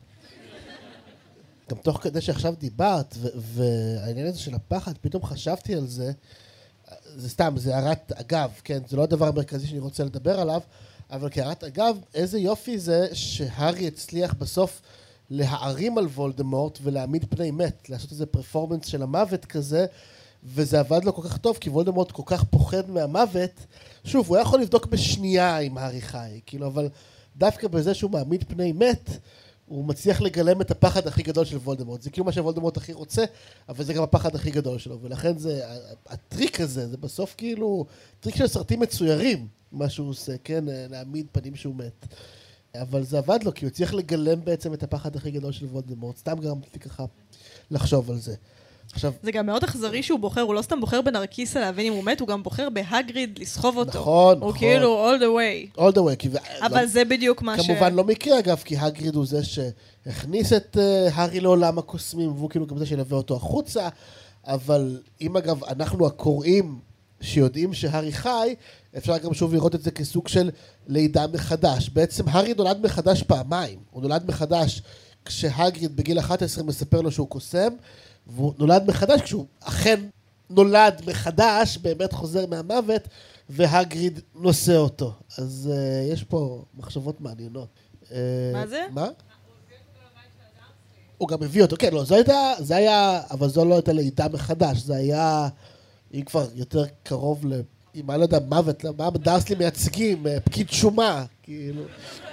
גם תוך כדי שעכשיו דיברת, והעניין הזה של הפחד, פתאום חשבתי על זה, זה סתם, זה הערת אגב, כן? זה לא הדבר המרכזי שאני רוצה לדבר עליו, אבל כהערת אגב, איזה יופי זה שהרי הצליח בסוף להערים על וולדמורט ולהעמיד פני מת, לעשות איזה פרפורמנס של המוות כזה, וזה עבד לו כל כך טוב, כי וולדמורט כל כך פוחד מהמוות. שוב, הוא יכול לבדוק בשנייה עם הארי חי, כאילו, אבל דווקא בזה שהוא מעמיד פני מת, הוא מצליח לגלם את הפחד הכי גדול של וולדמורט. זה כאילו מה שוולדמורט הכי רוצה, אבל זה גם הפחד הכי גדול שלו. ולכן זה, הטריק הזה, זה בסוף כאילו טריק של סרטים מצוירים, מה שהוא עושה, כן? להעמיד פנים שהוא מת. אבל זה עבד לו, כי הוא צריך לגלם בעצם את הפחד הכי גדול של וולדמורט. סתם גרמתי ככה לחשוב על זה. עכשיו, זה גם מאוד אכזרי שהוא בוחר, הוא לא סתם בוחר בנרקיסה להבין אם הוא מת, הוא גם בוחר בהגריד לסחוב אותו. נכון, הוא כאילו all the way. all the way. אבל זה בדיוק מה כמובן לא מקרה אגב, כי הגריד הוא זה שהכניס את הארי לעולם הקוסמים, והוא כאילו גם זה שילווה אותו החוצה, אבל אם אגב אנחנו הקוראים שיודעים שהארי חי, אפשר גם שוב לראות את זה כסוג של לידה מחדש. בעצם הארי נולד מחדש פעמיים. הוא נולד מחדש כשהגריד בגיל 11 מספר לו שהוא קוסם, והוא נולד מחדש כשהוא אכן נולד מחדש, באמת חוזר מהמוות, והגריד נושא אותו. אז יש פה מחשבות מעניינות. מה זה? מה? הוא גם הביא אותו, כן, לא, זה היה, אבל זו לא הייתה לידה מחדש, זה היה, אם כבר יותר קרוב אם אני לא יודע, מוות, מה דרסלי מייצגים, פקיד שומה, כאילו,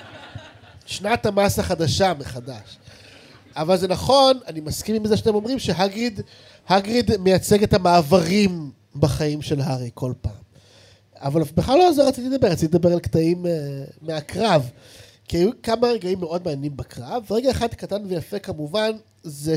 שנת המס החדשה מחדש. אבל זה נכון, אני מסכים עם זה שאתם אומרים שהגריד מייצג את המעברים בחיים של הארי כל פעם. אבל בכלל לא על זה רציתי לדבר על קטעים מהקרב, כי היו כמה רגעים מאוד מעניינים בקרב, ורגע אחד קטן ויפה כמובן, זה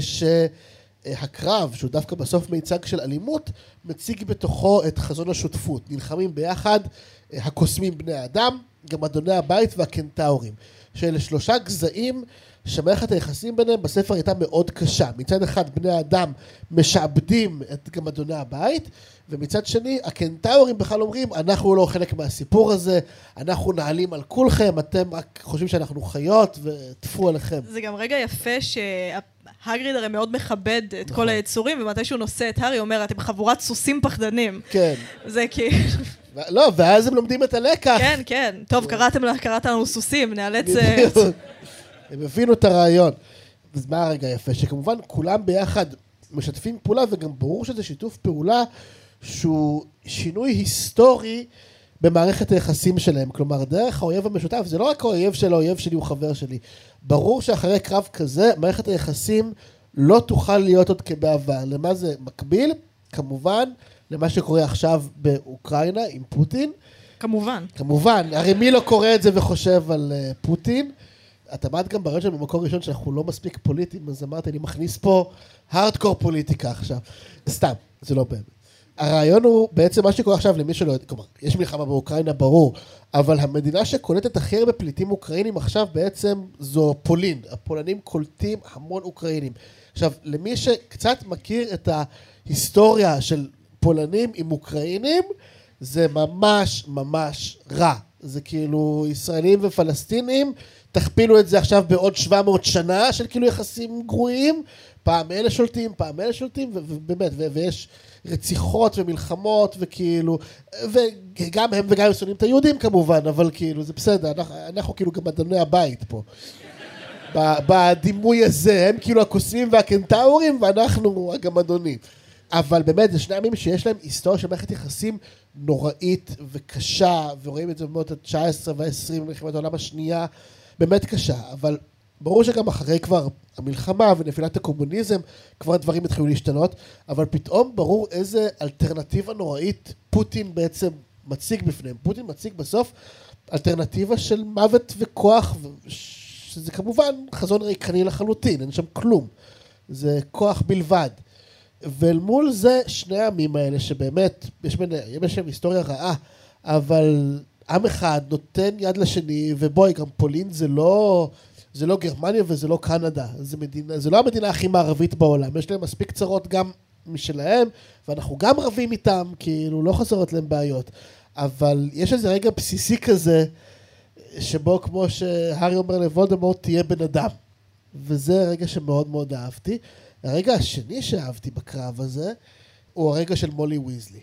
שהקרב, שהוא דווקא בסוף מיצג של אלימות, מציג בתוכו את חזון השותפות. נלחמים ביחד הקוסמים בני האדם, גם אדוני הבית והקנטאורים. שאלה 3 גזעים שמערכת היחסים ביניהם בספר הייתה מאוד קשה. מצד אחד בני האדם משעבדים את גם אדוני הבית, ומצד שני הקנטאורים בכלל אומרים אנחנו לא חלק מהסיפור הזה, אנחנו נעלים על כולכם, אתם רק חושבים שאנחנו חיות וטפו עליכם. זה גם רגע יפה שהגריד הרי מאוד מכבד את כל היצורים, ומתי שהוא נושא את הארי אומר אתם חבורת סוסים פחדנים. כן. זה כי... לא, ואז הם לומדים את הלקח. כן, כן. טוב, קראת לנו סוסים, נאלץ... הם הבינו את הרעיון. אז מה הרגע יפה? שכמובן כולם ביחד משתפים פעולה, וגם ברור שזה שיתוף פעולה שהוא שינוי היסטורי במערכת היחסים שלהם. כלומר, דרך האויב המשותף, זה לא רק האויב של האויב שלי הוא חבר שלי. ברור שאחרי קרב כזה, מערכת היחסים לא תוכל להיות עוד כבעבר. למה זה מקביל? כמובן, למה שקורה עכשיו באוקראינה עם פוטין. כמובן. הרי מי לא קורא את זה וחושב על פוטין? את אמרת גם ברעיון שלנו במקור ראשון שאנחנו לא מספיק פוליטיים, אז אמרתי, אני מכניס פה הארדקור פוליטיקה עכשיו. סתם, זה לא באמת. הרעיון הוא בעצם מה שקורה עכשיו למי שלא יודע, כלומר, יש מלחמה באוקראינה, ברור, אבל המדינה שקולטת הכי הרבה פליטים אוקראינים עכשיו בעצם זו פולין. הפולנים קולטים המון אוקראינים. עכשיו, למי שקצת מכיר את ההיסטוריה של פולנים עם אוקראינים, זה ממש ממש רע. זה כאילו ישראלים ופלסטינים, תכפילו את זה עכשיו בעוד 700 שנה של כאילו יחסים גרועים, פעם אלה שולטים, ובאמת, ויש רציחות ומלחמות, וכאילו, וגם הם וגם הם שונאים את היהודים כמובן, אבל כאילו, זה בסדר, אנחנו כאילו גם אדוני הבית פה. בדימוי הזה, הם כאילו הקוסמים והקנטאורים, ואנחנו הגמדונים. אבל באמת, זה שני עמים שיש להם היסטוריה של מערכת יחסים נוראית וקשה, ורואים את זה במאות ה-19 וה-20, במלחמת העולם השנייה, באמת קשה, אבל ברור שגם אחרי כבר המלחמה ונפילת הקומוניזם, כבר הדברים התחילו להשתנות, אבל פתאום ברור איזה אלטרנטיבה נוראית פוטין בעצם מציג בפניהם. פוטין מציג בסוף אלטרנטיבה של מוות וכוח, שזה כמובן חזון ריקני לחלוטין, אין שם כלום. זה כוח בלבד. ואל מול זה שני העמים האלה שבאמת, יש להם היסטוריה רעה, אבל עם אחד נותן יד לשני, ובואי, גם פולין זה לא גרמניה וזה לא קנדה, זה לא המדינה הכי מערבית בעולם, יש להם מספיק צרות גם משלהם, ואנחנו גם רבים איתם, כאילו לא חסרות להם בעיות, אבל יש איזה רגע בסיסי כזה, שבו כמו שהארי אומר לוולדמורט, תהיה בן אדם, וזה רגע שמאוד מאוד אהבתי. הרגע השני שאהבתי בקרב הזה, הוא הרגע של מולי ויזלי.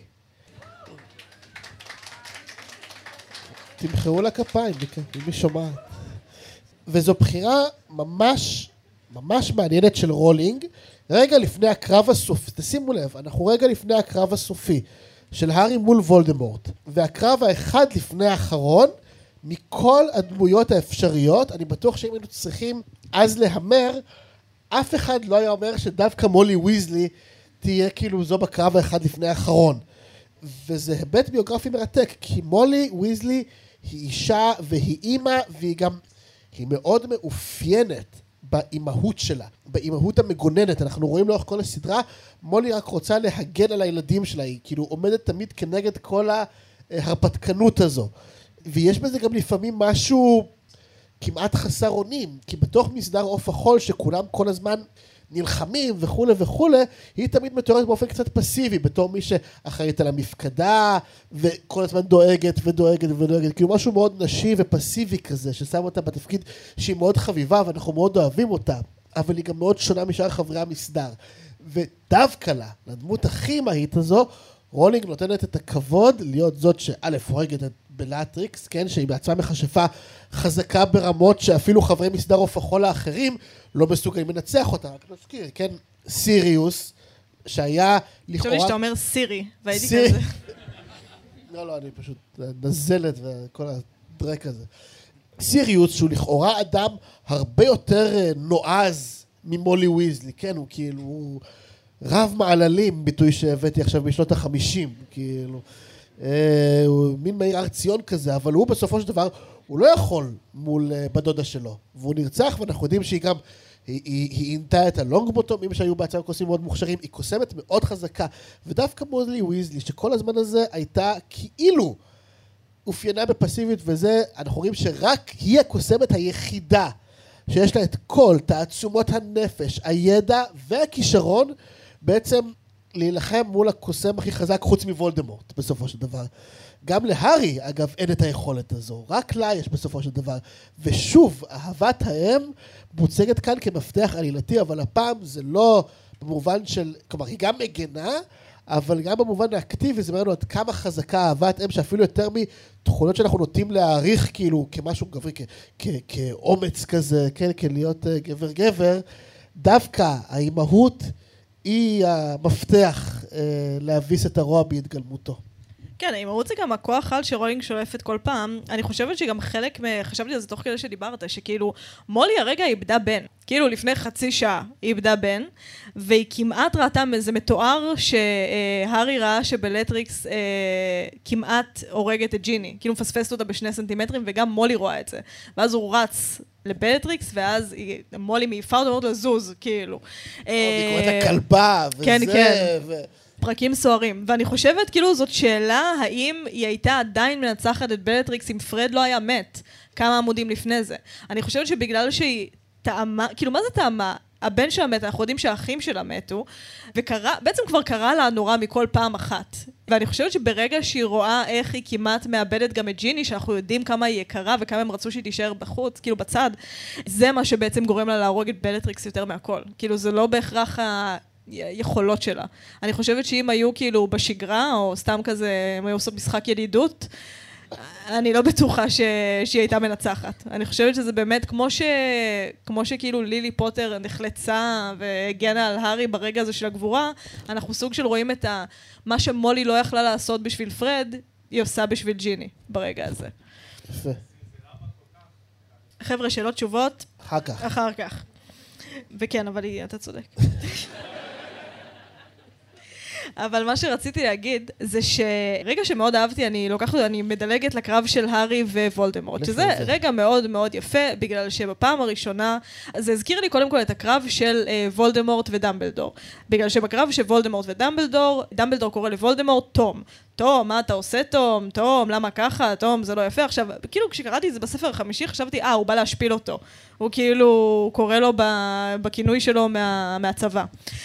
תמחאו לה כפיים, אם היא שומעת. וזו בחירה ממש, ממש מעניינת של רולינג, רגע לפני הקרב הסופי, תשימו לב, אנחנו רגע לפני הקרב הסופי, של הארי מול וולדמורט, והקרב האחד לפני האחרון, מכל הדמויות האפשריות, אני בטוח שאם היינו צריכים אז להמר, אף אחד לא היה אומר שדווקא מולי ויזלי תהיה כאילו זו בקרב האחד לפני האחרון. וזה היבט ביוגרפי מרתק, כי מולי ויזלי היא אישה והיא אימא, והיא גם, היא מאוד מאופיינת באימהות שלה, באימהות המגוננת. אנחנו רואים לאורך כל הסדרה, מולי רק רוצה להגן על הילדים שלה, היא כאילו עומדת תמיד כנגד כל ההרפתקנות הזו. ויש בזה גם לפעמים משהו כמעט חסר אונים, כי בתוך מסדר עוף החול שכולם כל הזמן נלחמים וכו' וכו', היא תמיד מתוארת באופן קצת פסיבי, בתור מי שאחראית על המפקדה, וכל הזמן דואגת, כאילו משהו מאוד נשי ופסיבי כזה, ששם אותה בתפקיד שהיא מאוד חביבה, ואנחנו מאוד אוהבים אותה, אבל היא גם מאוד שונה משאר חברי המסדר. ודווקא לה, לדמות הכי מהית הזו, רולינג נותנת את הכבוד להיות זאת שא' הורגת את בלטריקס, כן, שהיא בעצמה מכשפה חזקה ברמות שאפילו חברי מסדר אופחול האחרים לא מסוגלים לנצח אותה. רק נזכיר, כן, סיריוס, שהיה לכאורה... חשבתי שאתה אומר סירי, והייתי כזה. לא, אני פשוט נזלת וכל הדרק הזה. סיריוס, שהוא לכאורה אדם הרבה יותר נועז ממולי ויזלי, כן, הוא כאילו, הוא רב מעללים, ביטוי שהבאתי עכשיו בשנות ה-50, כאילו, הוא מין מאיר הר ציון כזה, אבל הוא בסופו של דבר, הוא לא יכול מול בדודה שלו, והוא נרצח, ואנחנו יודעים שהיא גם, היא עינתה את הלונגבוטומים שהיו בעצם קוסמים מאוד מוכשרים, היא קוסמת מאוד חזקה, ודווקא מולי ויזלי, שכל הזמן הזה הייתה כאילו אופיינה בפסיבית, וזה, אנחנו רואים שרק היא הקוסמת היחידה, שיש לה את כל תעצומות הנפש, הידע והכישרון, בעצם להילחם מול הקוסם הכי חזק חוץ מוולדמורט בסופו של דבר. גם להרי, אגב, אין את היכולת הזו, רק לה יש בסופו של דבר. ושוב, אהבת האם מוצגת כאן כמפתח עלילתי, אבל הפעם זה לא במובן של, כלומר, היא גם מגנה, אבל גם במובן האקטיבי, זה אומר לנו עד כמה חזקה אהבת אם, שאפילו יותר מתכונות שאנחנו נוטים להעריך כאילו כמשהו גברי, כאומץ כזה, כן, כלהיות גבר, דווקא האימהות היא המפתח להביס את הרוע בהתגלמותו. כן, האימהות זה גם הכוח על שרולינג שולפת כל פעם. אני חושבת שגם חלק חשבתי על זה תוך כדי שדיברת, שכאילו מולי הרגע איבדה בן. כאילו לפני חצי שעה היא איבדה בן, והיא כמעט ראתה, זה מתואר שהרי ראה שבלטריקס כמעט הורגת את ג'יני. כאילו מפספסת אותה ב2 סנטימטרים, וגם מולי רואה את זה. ואז הוא רץ לבלטריקס, ואז מולי מעיפה אותו מאוד לזוז, כאילו. היא קוראת לה כלבה, וזה... כן, כן. פרקים סוערים, ואני חושבת כאילו זאת שאלה האם היא הייתה עדיין מנצחת את בלטריקס אם פרד לא היה מת כמה עמודים לפני זה. אני חושבת שבגלל שהיא טעמה, כאילו מה זה טעמה? הבן שלה מת, אנחנו יודעים שהאחים שלה מתו, בעצם כבר קרה לה נורא מכל פעם אחת. ואני חושבת שברגע שהיא רואה איך היא כמעט מאבדת גם את ג'יני, שאנחנו יודעים כמה היא יקרה וכמה הם רצו שהיא תישאר בחוץ, כאילו בצד, זה מה שבעצם גורם לה להרוג את בלטריקס יותר מהכל. כאילו זה לא בהכרח היכולות שלה. אני חושבת שאם היו כאילו בשגרה, או סתם כזה, הם היו עושות משחק ידידות, אני לא בטוחה שהיא הייתה מנצחת. אני חושבת שזה באמת כמו שכאילו לילי פוטר נחלצה והגנה על הארי ברגע הזה של הגבורה, אנחנו סוג של רואים את מה שמולי לא יכלה לעשות בשביל פרד, היא עושה בשביל ג'יני ברגע הזה. יפה. חבר'ה, שאלות תשובות? אחר כך. וכן, אבל אתה צודק. אבל מה שרציתי להגיד זה שרגע שמאוד אהבתי, אני מדלגת לקרב של הארי ווולדמורט, שזה רגע מאוד מאוד יפה, בגלל שבפעם הראשונה, זה הזכיר לי קודם כל את הקרב של וולדמורט ודמבלדור. בגלל שבקרב של וולדמורט ודמבלדור, דמבלדור קורא לוולדמורט תום, מה אתה עושה תום, למה ככה, תום, זה לא יפה. עכשיו, כאילו כשקראתי את זה בספר החמישי, חשבתי, הוא בא להשפיל אותו. הוא כאילו קורא לו בכינוי שלו מהצבא.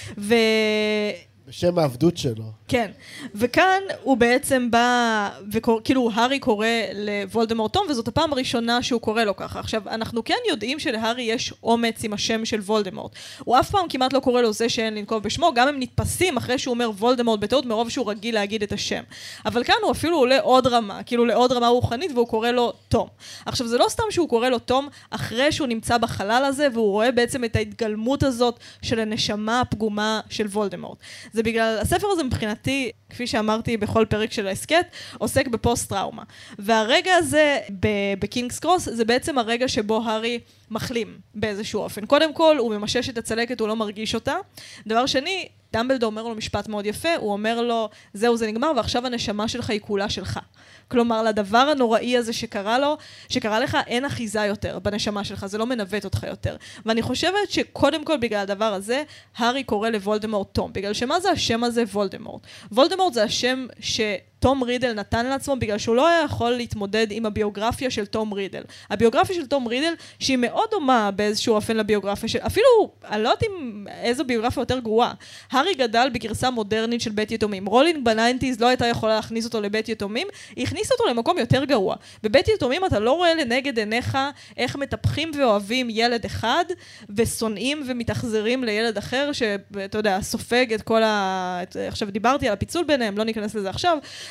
בשם העבדות שלו. כן, וכאן הוא בעצם בא, וכאילו הארי קורא לוולדמורט תום, וזאת הפעם הראשונה שהוא קורא לו ככה. עכשיו, אנחנו כן יודעים שלהארי יש אומץ עם השם של וולדמורט. הוא אף פעם כמעט לא קורא לו זה שאין לנקוב בשמו, גם הם נתפסים אחרי שהוא אומר וולדמורט בטעות, מרוב שהוא רגיל להגיד את השם. אבל כאן הוא אפילו עולה עוד רמה, כאילו לעוד רמה רוחנית, והוא קורא לו תום. עכשיו, זה לא סתם שהוא קורא לו תום, אחרי שהוא נמצא בחלל הזה, והוא רואה בעצם את ההתגלמות הזאת של הנשמה הפגומה של וולדמורט. זה בגלל, הספר הזה מבחינתי, כפי שאמרתי בכל פרק של ההסקט, עוסק בפוסט טראומה. והרגע הזה בקינגס קרוס, זה בעצם הרגע שבו הארי מחלים באיזשהו אופן. קודם כל, הוא ממשש את הצלקת, הוא לא מרגיש אותה. דבר שני, דמבלדור אומר לו משפט מאוד יפה, הוא אומר לו, זהו, זה נגמר, ועכשיו הנשמה שלך היא כולה שלך. כלומר, לדבר הנוראי הזה שקרה לך, אין אחיזה יותר בנשמה שלך, זה לא מנווט אותך יותר. ואני חושבת שקודם כל בגלל הדבר הזה, הארי קורא לוולדמורט תום, בגלל שמה זה השם הזה וולדמורט? וולדמורט זה השם תום רידל נתן לעצמו בגלל שהוא לא היה יכול להתמודד עם הביוגרפיה של תום רידל. הביוגרפיה של תום רידל שהיא מאוד דומה באיזשהו אופן לביוגרפיה של... אפילו, אני לא יודעת אם איזו ביוגרפיה יותר גרועה. הארי גדל בגרסה מודרנית של בית יתומים. רולינג בניינטיז לא הייתה יכולה להכניס אותו לבית יתומים, היא הכניסה אותו למקום יותר גרוע. בבית יתומים אתה לא רואה לנגד עיניך איך מטפחים ואוהבים ילד אחד ושונאים ומתאכזרים לילד אחר שאתה יודע, סופג את כל עכשיו דיברתי על הפיצול ביניהם, לא ניכנס לזה עכשיו,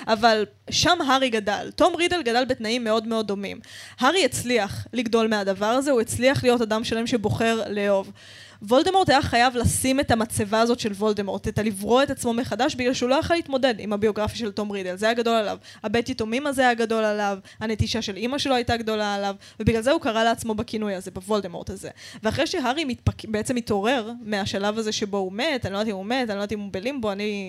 אבל שם הארי גדל. תום רידל גדל בתנאים מאוד מאוד דומים. הארי הצליח לגדול מהדבר הזה, הוא הצליח להיות אדם שלם שבוחר לאהוב. וולדמורט היה חייב לשים את המצבה הזאת של וולדמורט, את הלברוא את עצמו מחדש, בגלל שהוא לא יכול להתמודד עם הביוגרפיה של תום רידל. זה היה גדול עליו. הבית יתומים הזה היה גדול עליו, הנטישה של אמא שלו הייתה גדולה עליו, ובגלל זה הוא קרא לעצמו בכינוי הזה, בוולדמורט הזה. ואחרי שהארי בעצם התעורר מהשלב הזה שבו הוא מת, אני לא יודעת אם הוא מת, אני לא יודעת אם הוא בלימבו,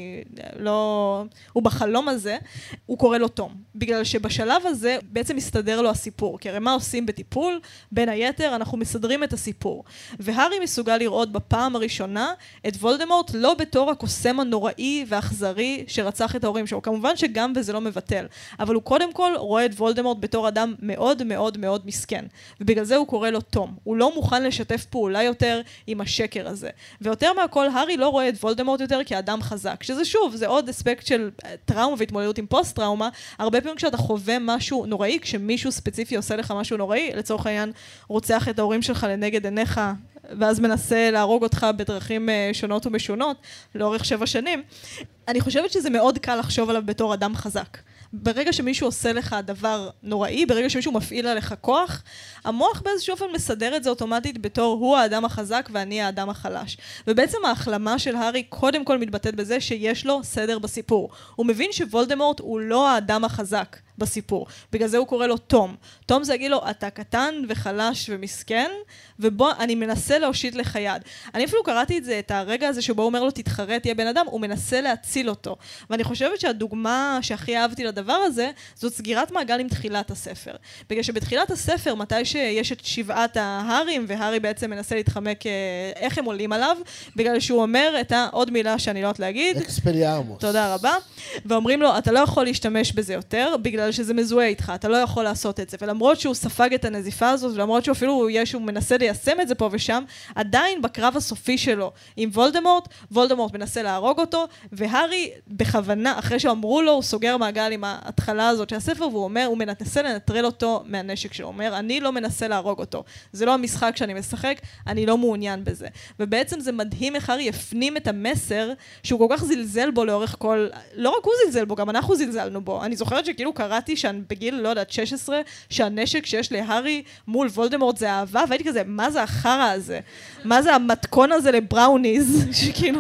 הוא בחלום הזה, הוא קורא לו תום. בגלל שבשלב הזה בעצם מסתדר לו הסיפור. כי הרי מה עושים בטיפול? בין היתר, אנחנו מסדרים את הסיפור. והארי מסוגל לראות בפעם הראשונה את וולדמורט לא בתור הקוסם הנוראי והאכזרי שרצח את ההורים שלו. כמובן שגם וזה לא מבטל, אבל הוא קודם כל רואה את וולדמורט בתור אדם מאוד מאוד מאוד מסכן. ובגלל זה הוא קורא לו תום. הוא לא מוכן לשתף פעולה יותר עם השקר הזה. ויותר מהכל, הארי לא רואה את וולדמורט יותר כאדם חזק. שזה שוב, זה עוד אספקט של טראומה והתמודדות עם פוסט-טראומה. הרבה פעמים כשאתה חווה משהו נוראי, כשמישהו ספציפי עושה לך משהו נוראי, לצורך העניין רוצח את ההורים שלך לנגד עיניך, ואז מנסה להרוג אותך בדרכים שונות ומשונות, לאורך 7 שנים. אני חושבת שזה מאוד קל לחשוב עליו בתור אדם חזק. ברגע שמישהו עושה לך דבר נוראי, ברגע שמישהו מפעיל עליך כוח, המוח באיזשהו אופן מסדר את זה אוטומטית בתור הוא האדם החזק ואני האדם החלש. ובעצם ההחלמה של הארי קודם כל מתבטאת בזה שיש לו סדר בסיפור. הוא מבין שוולדמורט הוא לא האדם החזק בסיפור. בגלל זה הוא קורא לו תום. תום זה יגיד לו, אתה קטן וחלש ומסכן, ובוא אני מנסה להושיט לך יד. אני אפילו קראתי את זה, את הרגע הזה שבו הוא אומר לו, תתחרט, תהיה בן אדם, הוא מנסה להציל אותו. ואני חושבת שהדוגמה שהכי אהבתי לדבר הזה, זאת סגירת מעגל עם תחילת הספר. בגלל שבתחילת הספר, מתי שיש את 7 ההרים, והארי בעצם מנסה להתחמק איך הם עולים עליו, בגלל שהוא אומר את העוד מילה שאני לא יודעת להגיד. אקספליארמוס. תודה רבה. ואומרים לו, אתה לא יכול להשתמש בזה יותר, בגלל שזה מזוהה איתך, אתה לא יכול לעשות את זה. ולמרות שהוא ספג את הנזיפה הזאת, ולמרות שאפילו הוא מנסה ליישם את זה פה ושם, עדיין בקרב הסופי שלו עם וולדמורט מנסה להרוג אותו, והארי בכוונה, אחרי שאמרו לו, הוא סוגר מעגל עם ההתחלה הזאת של הספר, והוא אומר, הוא מנסה לנטרל אותו מהנשק שלו. הוא אומר, אני לא מנסה להרוג אותו. זה לא המשחק שאני משחק, אני לא מעוניין בזה. ובעצם זה מדהים איך הארי הפנים את המסר, שהוא כל כך זלזל בו לאורך כל, לא רק הוא זלזל בו, גם אנחנו זלזלנו בו. אני זוכרת שכאילו קראתי בגיל, לא יודעת, 16, שהנשק שיש להארי מול וולדמורט זה אהבה, והייתי כזה, מה זה החרא הזה? מה זה המתכון הזה לבראוניז? שכאילו...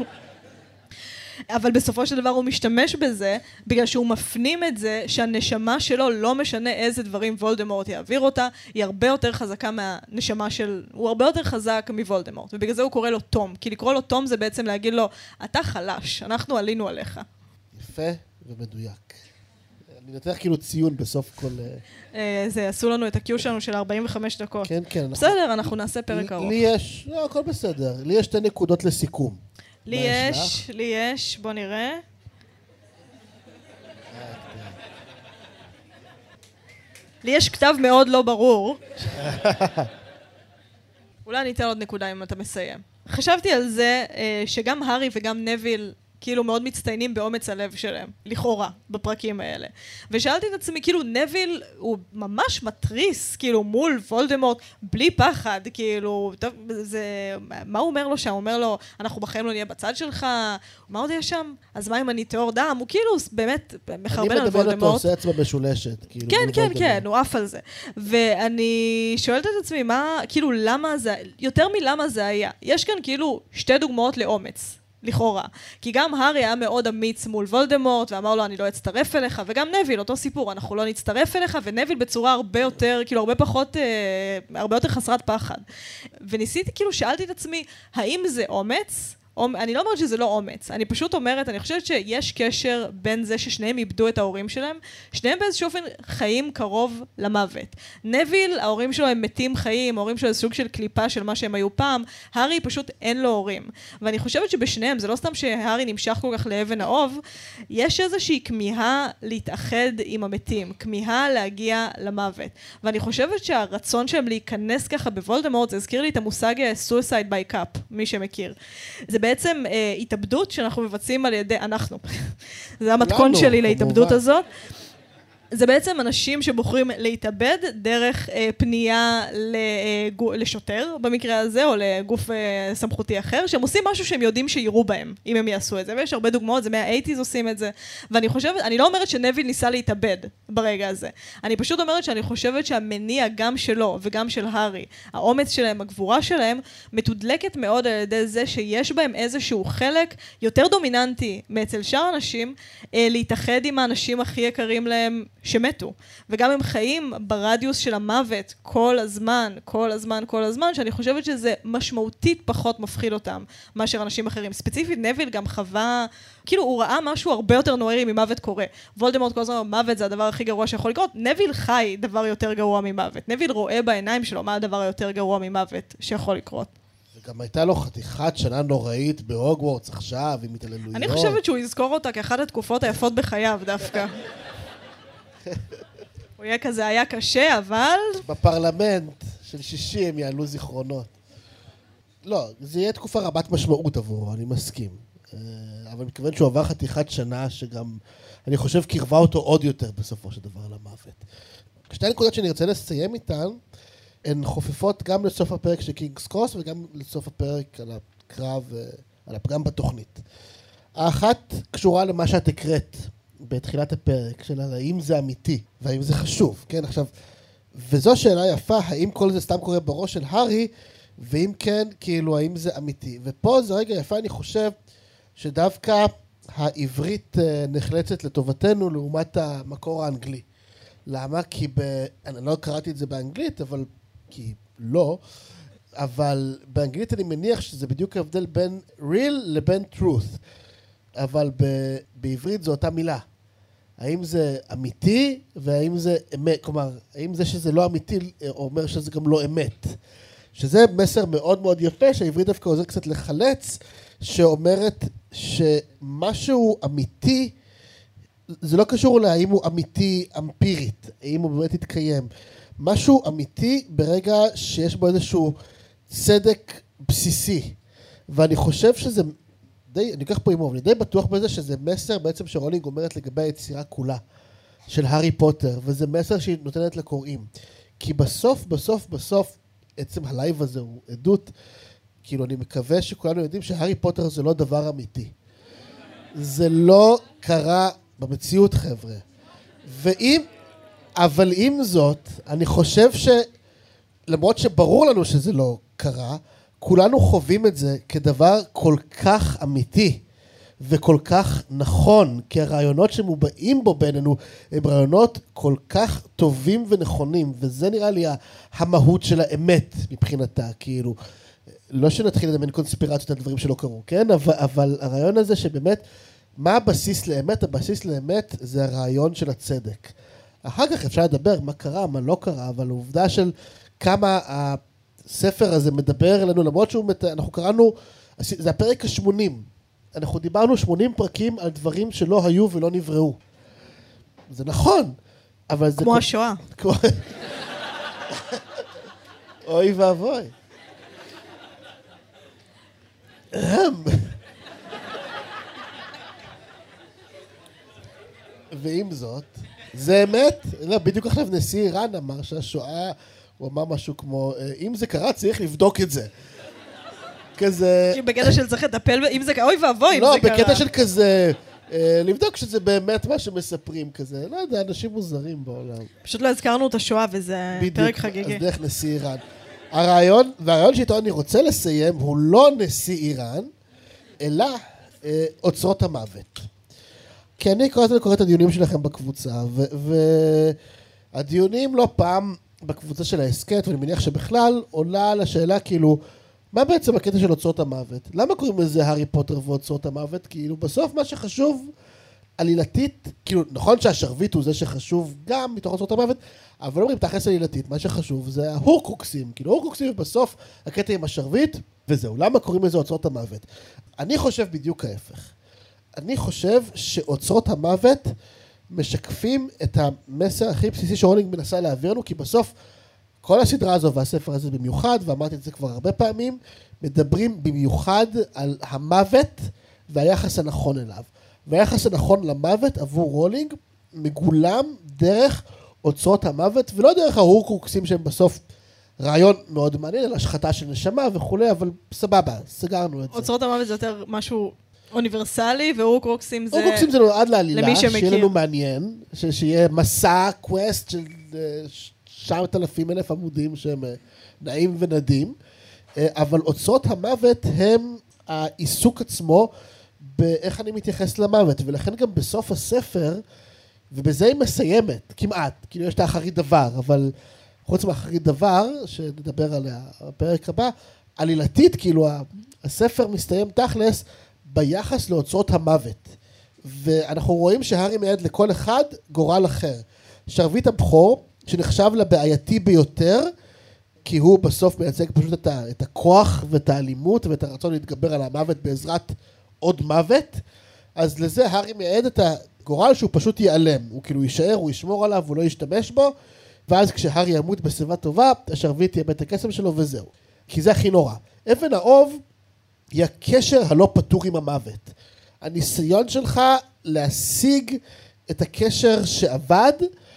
אבל בסופו של דבר הוא משתמש בזה, בגלל שהוא מפנים את זה שהנשמה שלו לא משנה איזה דברים וולדמורט יעביר אותה, היא הרבה יותר חזקה מהנשמה הוא הרבה יותר חזק מוולדמורט, ובגלל זה הוא קורא לו תום, כי לקרוא לו תום זה בעצם להגיד לו, אתה חלש, אנחנו עלינו עליך. יפה ומדויק. אני נותן לך כאילו ציון בסוף כל... זה, עשו לנו את הקיו שלנו של 45 דקות. כן, כן. בסדר, אנחנו נעשה פרק ארוך. לי יש, לא, הכל בסדר. לי יש 2 נקודות לסיכום. לי יש, בוא נראה. לי יש כתב מאוד לא ברור. אולי אני אתן עוד נקודה אם אתה מסיים. חשבתי על זה שגם הארי וגם נביל כאילו מאוד מצטיינים באומץ הלב שלהם, לכאורה, בפרקים האלה. ושאלתי את עצמי, כאילו נביל הוא ממש מטריס, כאילו מול וולדמורט, בלי פחד, כאילו, טוב, זה, מה הוא אומר לו שם? הוא אומר לו, אנחנו בחיים לא נהיה בצד שלך, מה עוד יש שם? אז מה אם אני תיאור דם? הוא כאילו באמת מחרבן על וולדמורט. אני מדבר אותו, עושה עצמה משולשת. כאילו, כן, הוא עף על זה. ואני שואלת את עצמי, מה, כאילו, למה זה, יותר מלמה זה היה. יש כאן כאילו 2 דוגמאות לאומץ. לכאורה. כי גם הארי היה מאוד אמיץ מול וולדמורט, ואמר לו, אני לא אצטרף אליך, וגם נביל, אותו סיפור, אנחנו לא נצטרף אליך, ונביל בצורה הרבה יותר, כאילו הרבה פחות, הרבה יותר חסרת פחד. וניסיתי, כאילו שאלתי את עצמי, האם זה אומץ? אני לא אומרת שזה לא אומץ, אני פשוט אומרת, אני חושבת שיש קשר בין זה ששניהם איבדו את ההורים שלהם, שניהם באיזשהו אופן חיים קרוב למוות. נביל, ההורים שלו הם מתים חיים, ההורים שלו זה סוג של קליפה של מה שהם היו פעם, הארי פשוט אין לו הורים. ואני חושבת שבשניהם, זה לא סתם שהארי נמשך כל כך לאבן האוב, יש איזושהי כמיהה להתאחד עם המתים, כמיהה להגיע למוות. ואני חושבת שהרצון שלהם להיכנס ככה בוולדמורט, זה הזכיר לי את המושג suicide by cup, מי שמכיר. זה בעצם התאבדות שאנחנו מבצעים על ידי, אנחנו. זה המתכון שלי להתאבדות הזאת. זה בעצם אנשים שבוחרים להתאבד דרך פנייה לשוטר, במקרה הזה, או לגוף סמכותי אחר, שהם עושים משהו שהם יודעים שיראו בהם, אם הם יעשו את זה. ויש הרבה דוגמאות, זה מה-80s עושים את זה. ואני חושבת, אני לא אומרת שנביל ניסה להתאבד ברגע הזה. אני פשוט אומרת שאני חושבת שהמניע גם שלו וגם של הארי, האומץ שלהם, הגבורה שלהם, מתודלקת מאוד על ידי זה שיש בהם איזשהו חלק יותר דומיננטי מאצל שאר אנשים, להתאחד עם האנשים הכי יקרים להם שמתו. וגם הם חיים ברדיוס של המוות כל הזמן, שאני חושבת שזה משמעותית פחות מפחיד אותם מאשר אנשים אחרים. ספציפית נביל גם חווה, כאילו הוא ראה משהו הרבה יותר נוראי ממוות קורה. וולדמורט כל הזמן, מוות זה הדבר הכי גרוע שיכול לקרות. נביל חי דבר יותר גרוע ממוות. נביל רואה בעיניים שלו מה הדבר היותר גרוע ממוות שיכול לקרות. וגם הייתה לו חתיכת שנה נוראית בהוגוורטס עכשיו, עם התעללויות. אני חושבת שהוא יזכור אותה כאחת התקופות היפות בחייו דווקא. הוא יהיה כזה, היה קשה, אבל... בפרלמנט של 60 הם יעלו זיכרונות. לא, זה יהיה תקופה רבת משמעות עבורו, אני מסכים. אבל מכיוון שהוא עבר חתיכת שנה שגם, אני חושב, קרבה אותו עוד יותר בסופו של דבר למוות. שתי הנקודות שאני רוצה לסיים איתן, הן חופפות גם לסוף הפרק של קינגס קרוס וגם לסוף הפרק על הקרב, על הפגם בתוכנית. האחת קשורה למה שאת הקראת בתחילת הפרק, של האם זה אמיתי והאם זה חשוב, כן? עכשיו, וזו שאלה יפה, האם כל זה סתם קורה בראש של הארי, ואם כן, כאילו, האם זה אמיתי. ופה זה רגע יפה, אני חושב, שדווקא העברית נחלצת לטובתנו לעומת המקור האנגלי. למה? כי אני לא קראתי את זה באנגלית, אבל כי לא, אבל באנגלית אני מניח שזה בדיוק ההבדל בין real לבין truth, אבל בעברית זו אותה מילה. האם זה אמיתי והאם זה אמת, כלומר, האם זה שזה לא אמיתי אומר שזה גם לא אמת. שזה מסר מאוד מאוד יפה שהעברית דווקא עוזר קצת לחלץ, שאומרת שמשהו אמיתי, זה לא קשור להאם הוא אמיתי אמפירית, האם הוא באמת יתקיים. משהו אמיתי ברגע שיש בו איזשהו צדק בסיסי. ואני חושב שזה די, אני אקח פה אימו, אני די בטוח בזה שזה מסר בעצם שרולינג אומרת לגבי היצירה כולה של הארי פוטר, וזה מסר שהיא נותנת לקוראים. כי בסוף, עצם הלייב הזה הוא עדות, כאילו אני מקווה שכולנו יודעים שהארי פוטר זה לא דבר אמיתי. זה לא קרה במציאות, חבר'ה. אבל עם זאת, אני חושב למרות שברור לנו שזה לא קרה, כולנו חווים את זה כדבר כל כך אמיתי וכל כך נכון, כי הרעיונות שמובעים בו בינינו הם רעיונות כל כך טובים ונכונים, וזה נראה לי המהות של האמת מבחינתה, כאילו, לא שנתחיל לדמיין קונספירציות על דברים שלא קרו, כן? אבל הרעיון הזה שבאמת, מה הבסיס לאמת? הבסיס לאמת זה הרעיון של הצדק. אחר כך אפשר לדבר מה קרה, מה לא קרה, אבל העובדה של כמה הספר הזה מדבר אלינו, למרות אנחנו קראנו, זה הפרק ה-80, אנחנו דיברנו 80 פרקים על דברים שלא היו ולא נבראו. זה נכון, אבל זה... כמו השואה. אוי ואבוי. ועם זאת, זה אמת, לא, בדיוק עכשיו נשיא איראן אמר שהשואה, הוא אמר משהו כמו, אם זה קרה צריך לבדוק את זה. כזה... בקטע של צריך לטפל, אם זה קרה, אוי ואבוי, אם לא, זה קרה. לא, בקטע של כזה, לבדוק שזה באמת מה שמספרים כזה, לא יודע, אנשים מוזרים בעולם. פשוט לא הזכרנו את השואה וזה פרק חגיגי. בדיוק, אז דרך נשיא איראן. והרעיון שאיתו אני רוצה לסיים, הוא לא נשיא איראן, אלא אוצרות המוות. כי אני קורא את הדיונים שלכם בקבוצה, והדיונים לא פעם בקבוצה של העסקת, ואני מניח שבכלל עולה על השאלה כאילו, מה בעצם הקטע של אוצרות המוות? למה קוראים לזה הארי פוטר ואוצרות המוות? כאילו בסוף מה שחשוב עלילתית, כאילו נכון שהשרביט הוא זה שחשוב גם מתוך אוצרות המוות, אבל לא אומרים תכלס עלילתית, מה שחשוב זה ההורקרוקסים, כאילו הורקרוקסים בסוף הקטע עם השרביט, וזהו, למה קוראים לזה אוצרות המוות? אני חושב בדיוק ההפך. אני חושב שאוצרות המוות משקפים את המסר הכי בסיסי שרולינג מנסה להעביר לנו, כי בסוף כל הסדרה הזו והספר הזה במיוחד, ואמרתי את זה כבר הרבה פעמים, מדברים במיוחד על המוות והיחס הנכון אליו. והיחס הנכון למוות עבור רולינג מגולם דרך אוצרות המוות, ולא דרך ההורקרוקסים שהם בסוף רעיון מאוד מעניין, על השחתה של נשמה וכולי, אבל סבבה, סגרנו את זה. אוצרות המוות זה יותר משהו אוניברסלי, והורקרוקסים זה... הורקרוקסים זה נועד לעלילה, למי שמכיר. שיהיה לנו מעניין, שיהיה מסע, קווסט של 9,000 עמודים שהם נעים ונדים, אבל אוצרות המוות הם העיסוק עצמו באיך אני מתייחס למוות, ולכן גם בסוף הספר, ובזה היא מסיימת, כמעט, כאילו יש את האחרית דבר, אבל חוץ מאחרית דבר, שנדבר עליה בפרק הבא, עלילתית, כאילו הספר מסתיים תכלס ביחס לאוצרות המוות. ואנחנו רואים שהארי מייעד לכל אחד גורל אחר. שרביט הבכור, שנחשב לבעייתי ביותר, כי הוא בסוף מייצג פשוט את הכוח ואת האלימות ואת הרצון להתגבר על המוות בעזרת עוד מוות, אז לזה הארי מייעד את הגורל שהוא פשוט ייעלם. הוא כאילו יישאר, הוא ישמור עליו, הוא לא ישתמש בו, ואז כשהארי ימות בשיבה טובה, השרביט יהיה בית הקסם שלו וזהו. כי זה הכי נורא. אבן האוב היא הקשר הלא פתור עם המוות. הניסיון שלך להשיג את הקשר שעבד,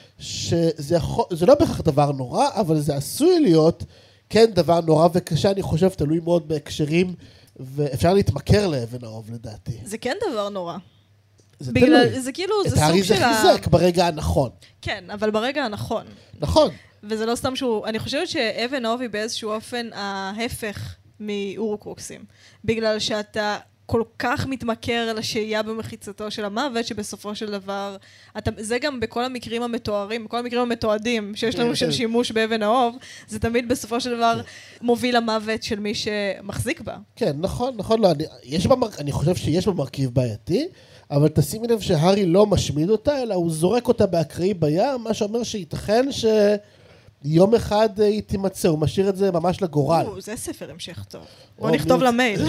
זה לא בהכרח דבר נורא, אבל זה עשוי להיות כן דבר נורא וקשה, אני חושב, תלוי מאוד בהקשרים, ואפשר להתמכר לאבן האוב לדעתי. זה כן דבר נורא. זה בגלל, תלוי. זה כאילו, זה את סוג הארי של זה חיזק ברגע הנכון. כן, אבל ברגע הנכון. נכון. וזה לא סתם שהוא... אני חושבת שאבן האוב היא באיזשהו אופן ההפך מהורקרוקסים. בגלל שאתה כל כך מתמכר לשהייה במחיצתו של המוות, שבסופו של דבר... זה גם בכל המקרים המתוארים, בכל המקרים המתועדים שיש לנו של שימוש באבן האוב, זה תמיד בסופו של דבר מוביל למוות של מי שמחזיק בה. כן, נכון, נכון. לא, אני חושב שיש בה מרכיב בעייתי, אבל תשימי לב שהארי לא משמיד אותה, אלא הוא זורק אותה באקראי בים, מה שאומר שייתכן שיום אחד היא תימצא, הוא משאיר את זה ממש לגורל. זה ספר המשך טוב. בוא נכתוב למייל.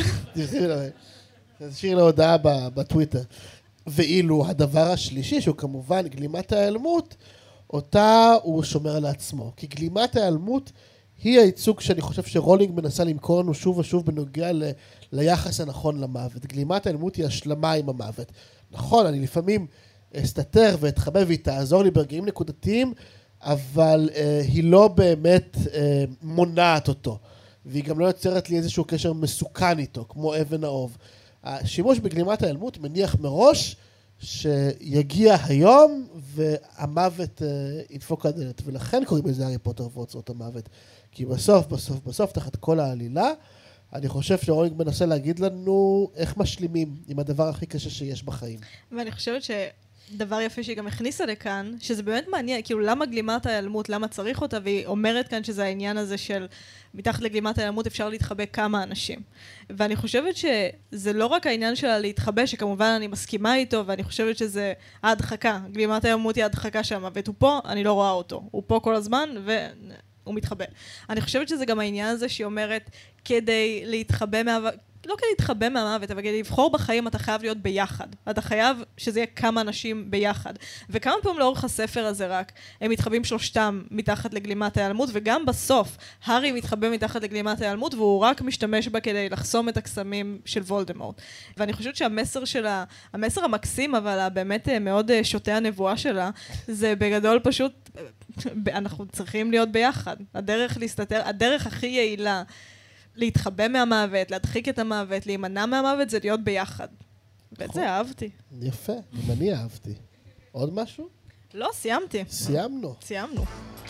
תשאיר להודעה בטוויטר. ואילו הדבר השלישי, שהוא כמובן גלימת ההיעלמות, אותה הוא שומר לעצמו. כי גלימת ההיעלמות היא הייצוג שאני חושב שרולינג מנסה למכור לנו שוב ושוב בנוגע ליחס הנכון למוות. גלימת ההיעלמות היא השלמה עם המוות. נכון, אני לפעמים אסתתר ואתחבא והיא תעזור לי ברגעים נקודתיים, אבל היא לא באמת מונעת אותו. והיא גם לא יוצרת לי איזשהו קשר מסוכן איתו, כמו אבן האוב. השימוש בגלימת ההיעלמות מניח מראש שיגיע היום והמוות ידפוק הדלת. ולכן קוראים לזה הארי פוטר ואוצרות המוות. כי בסוף, תחת כל העלילה, אני חושב שרולינג מנסה להגיד לנו איך משלימים עם הדבר הכי קשה שיש בחיים. ואני חושבת שדבר יפה שהיא גם הכניסה לכאן, שזה באמת מעניין, כאילו למה גלימת ההיעלמות, למה צריך אותה, והיא אומרת כאן שזה העניין הזה של מתחת לגלימת ההיעלמות אפשר להתחבא כמה אנשים. ואני חושבת שזה לא רק העניין שלה להתחבא, שכמובן אני מסכימה איתו, ואני חושבת שזה ההדחקה, גלימת ההיעלמות היא ההדחקה שם, והוא פה, אני לא רואה אותו. הוא פה כל הזמן, הוא מתחבא. אני חושבת שזה גם העניין הזה שהיא אומרת, כדי להתחבא לא כדי להתחבא מהמוות, אבל כדי לבחור בחיים אתה חייב להיות ביחד. אתה חייב שזה יהיה כמה אנשים ביחד. וכמה פעמים לאורך הספר הזה רק, הם מתחבאים שלושתם מתחת לגלימת ההיעלמות, וגם בסוף, הארי מתחבא מתחת לגלימת ההיעלמות, והוא רק משתמש בה כדי לחסום את הקסמים של וולדמורט. ואני חושבת שהמסר שלה, המסר המקסים, אבל באמת מאוד שוטה הנבואה שלה, זה בגדול פשוט, אנחנו צריכים להיות ביחד. הדרך הכי יעילה, להתחבא מהמוות, להדחיק את המוות, להימנע מהמוות, זה להיות ביחד. ואת זה אהבתי. יפה, גם אני אהבתי. עוד משהו? לא, סיימתי. סיימנו. סיימנו.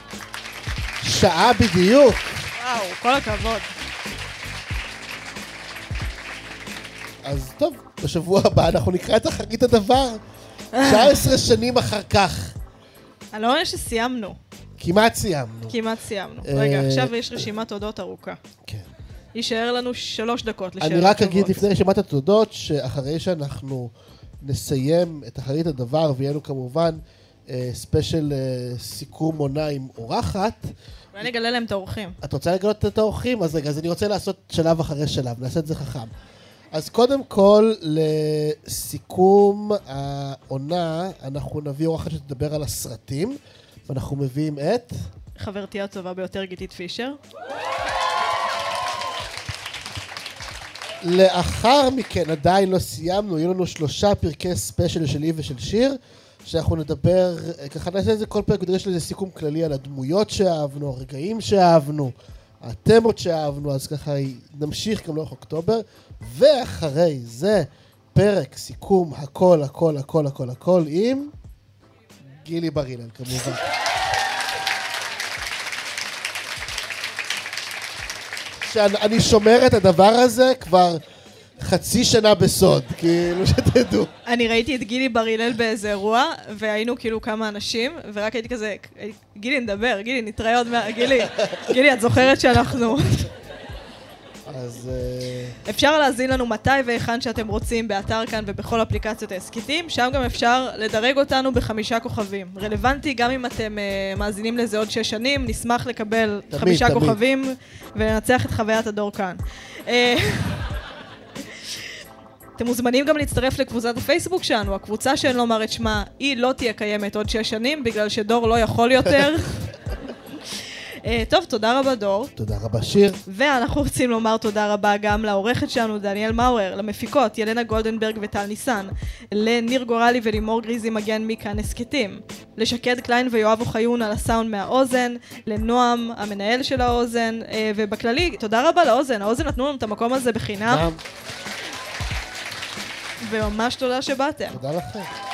שעה בדיוק. וואו, כל הכבוד. אז טוב, בשבוע הבא אנחנו נקרא את אחרית הדבר. 19 שנים אחר כך. אני לא אומר שסיימנו. כמעט סיימנו. כמעט סיימנו. רגע, עכשיו יש רשימת תודות ארוכה. כן. יישאר לנו 3 דקות לשאלות אני רק אגיד לפני רשימת התודות, שאחרי שאנחנו נסיים את אחרית הדבר, ויהיה לנו כמובן ספיישל סיכום עונה עם אורחת. אולי נגלה להם את האורחים. את רוצה לגלות את האורחים? אז רגע, אז אני רוצה לעשות שלב אחרי שלב, נעשה את זה חכם. אז קודם כל, לסיכום העונה, אנחנו נביא אורחת שתדבר על הסרטים, ואנחנו מביאים את... חברתי הטובה ביותר, גיתית פישר. לאחר מכן, עדיין לא סיימנו, יהיו לנו 3 פרקי ספיישל שלי ושל שיר, שאנחנו נדבר, ככה נעשה את זה כל פרק, יש לזה סיכום כללי על הדמויות שאהבנו, הרגעים שאהבנו, התמות שאהבנו, אז ככה נמשיך גם לאורך אוקטובר, ואחרי זה פרק סיכום הכל, הכל, הכל, הכל, הכל, עם גילי בר-הלל כמובן. שאני שומר את הדבר הזה כבר חצי שנה בסוד, כאילו שתדעו. אני ראיתי את גילי בר-הלל באיזה אירוע, והיינו כאילו כמה אנשים, ורק הייתי כזה, גילי נדבר, גילי נתראה עוד גילי, את זוכרת שאנחנו... אז... אפשר להזין לנו מתי והיכן שאתם רוצים באתר כאן ובכל אפליקציות ההסכתים, שם גם אפשר לדרג אותנו ב5 כוכבים. רלוונטי גם אם אתם מאזינים לזה עוד 6 שנים, נשמח לקבל 5 כוכבים ולנצח את חוויית הדור כאן. אתם מוזמנים גם להצטרף לקבוצת הפייסבוק שלנו, הקבוצה שאני לא אומר את שמה, היא לא תהיה קיימת עוד 6 שנים, בגלל שדור לא יכול יותר. טוב, תודה רבה דור. תודה רבה שיר. ואנחנו רוצים לומר תודה רבה גם לעורכת שלנו, דניאל מאואר, למפיקות, ילנה גולדנברג וטל ניסן, לניר גורלי ולימור גריזי מגן מכאן הסכתים, לשקד קליין ויואב אוחיון על הסאונד מהאוזן, לנועם, המנהל של האוזן, ובכללי, תודה רבה לאוזן, האוזן נתנו לנו את המקום הזה בחינם. וממש תודה שבאתם. תודה לכם.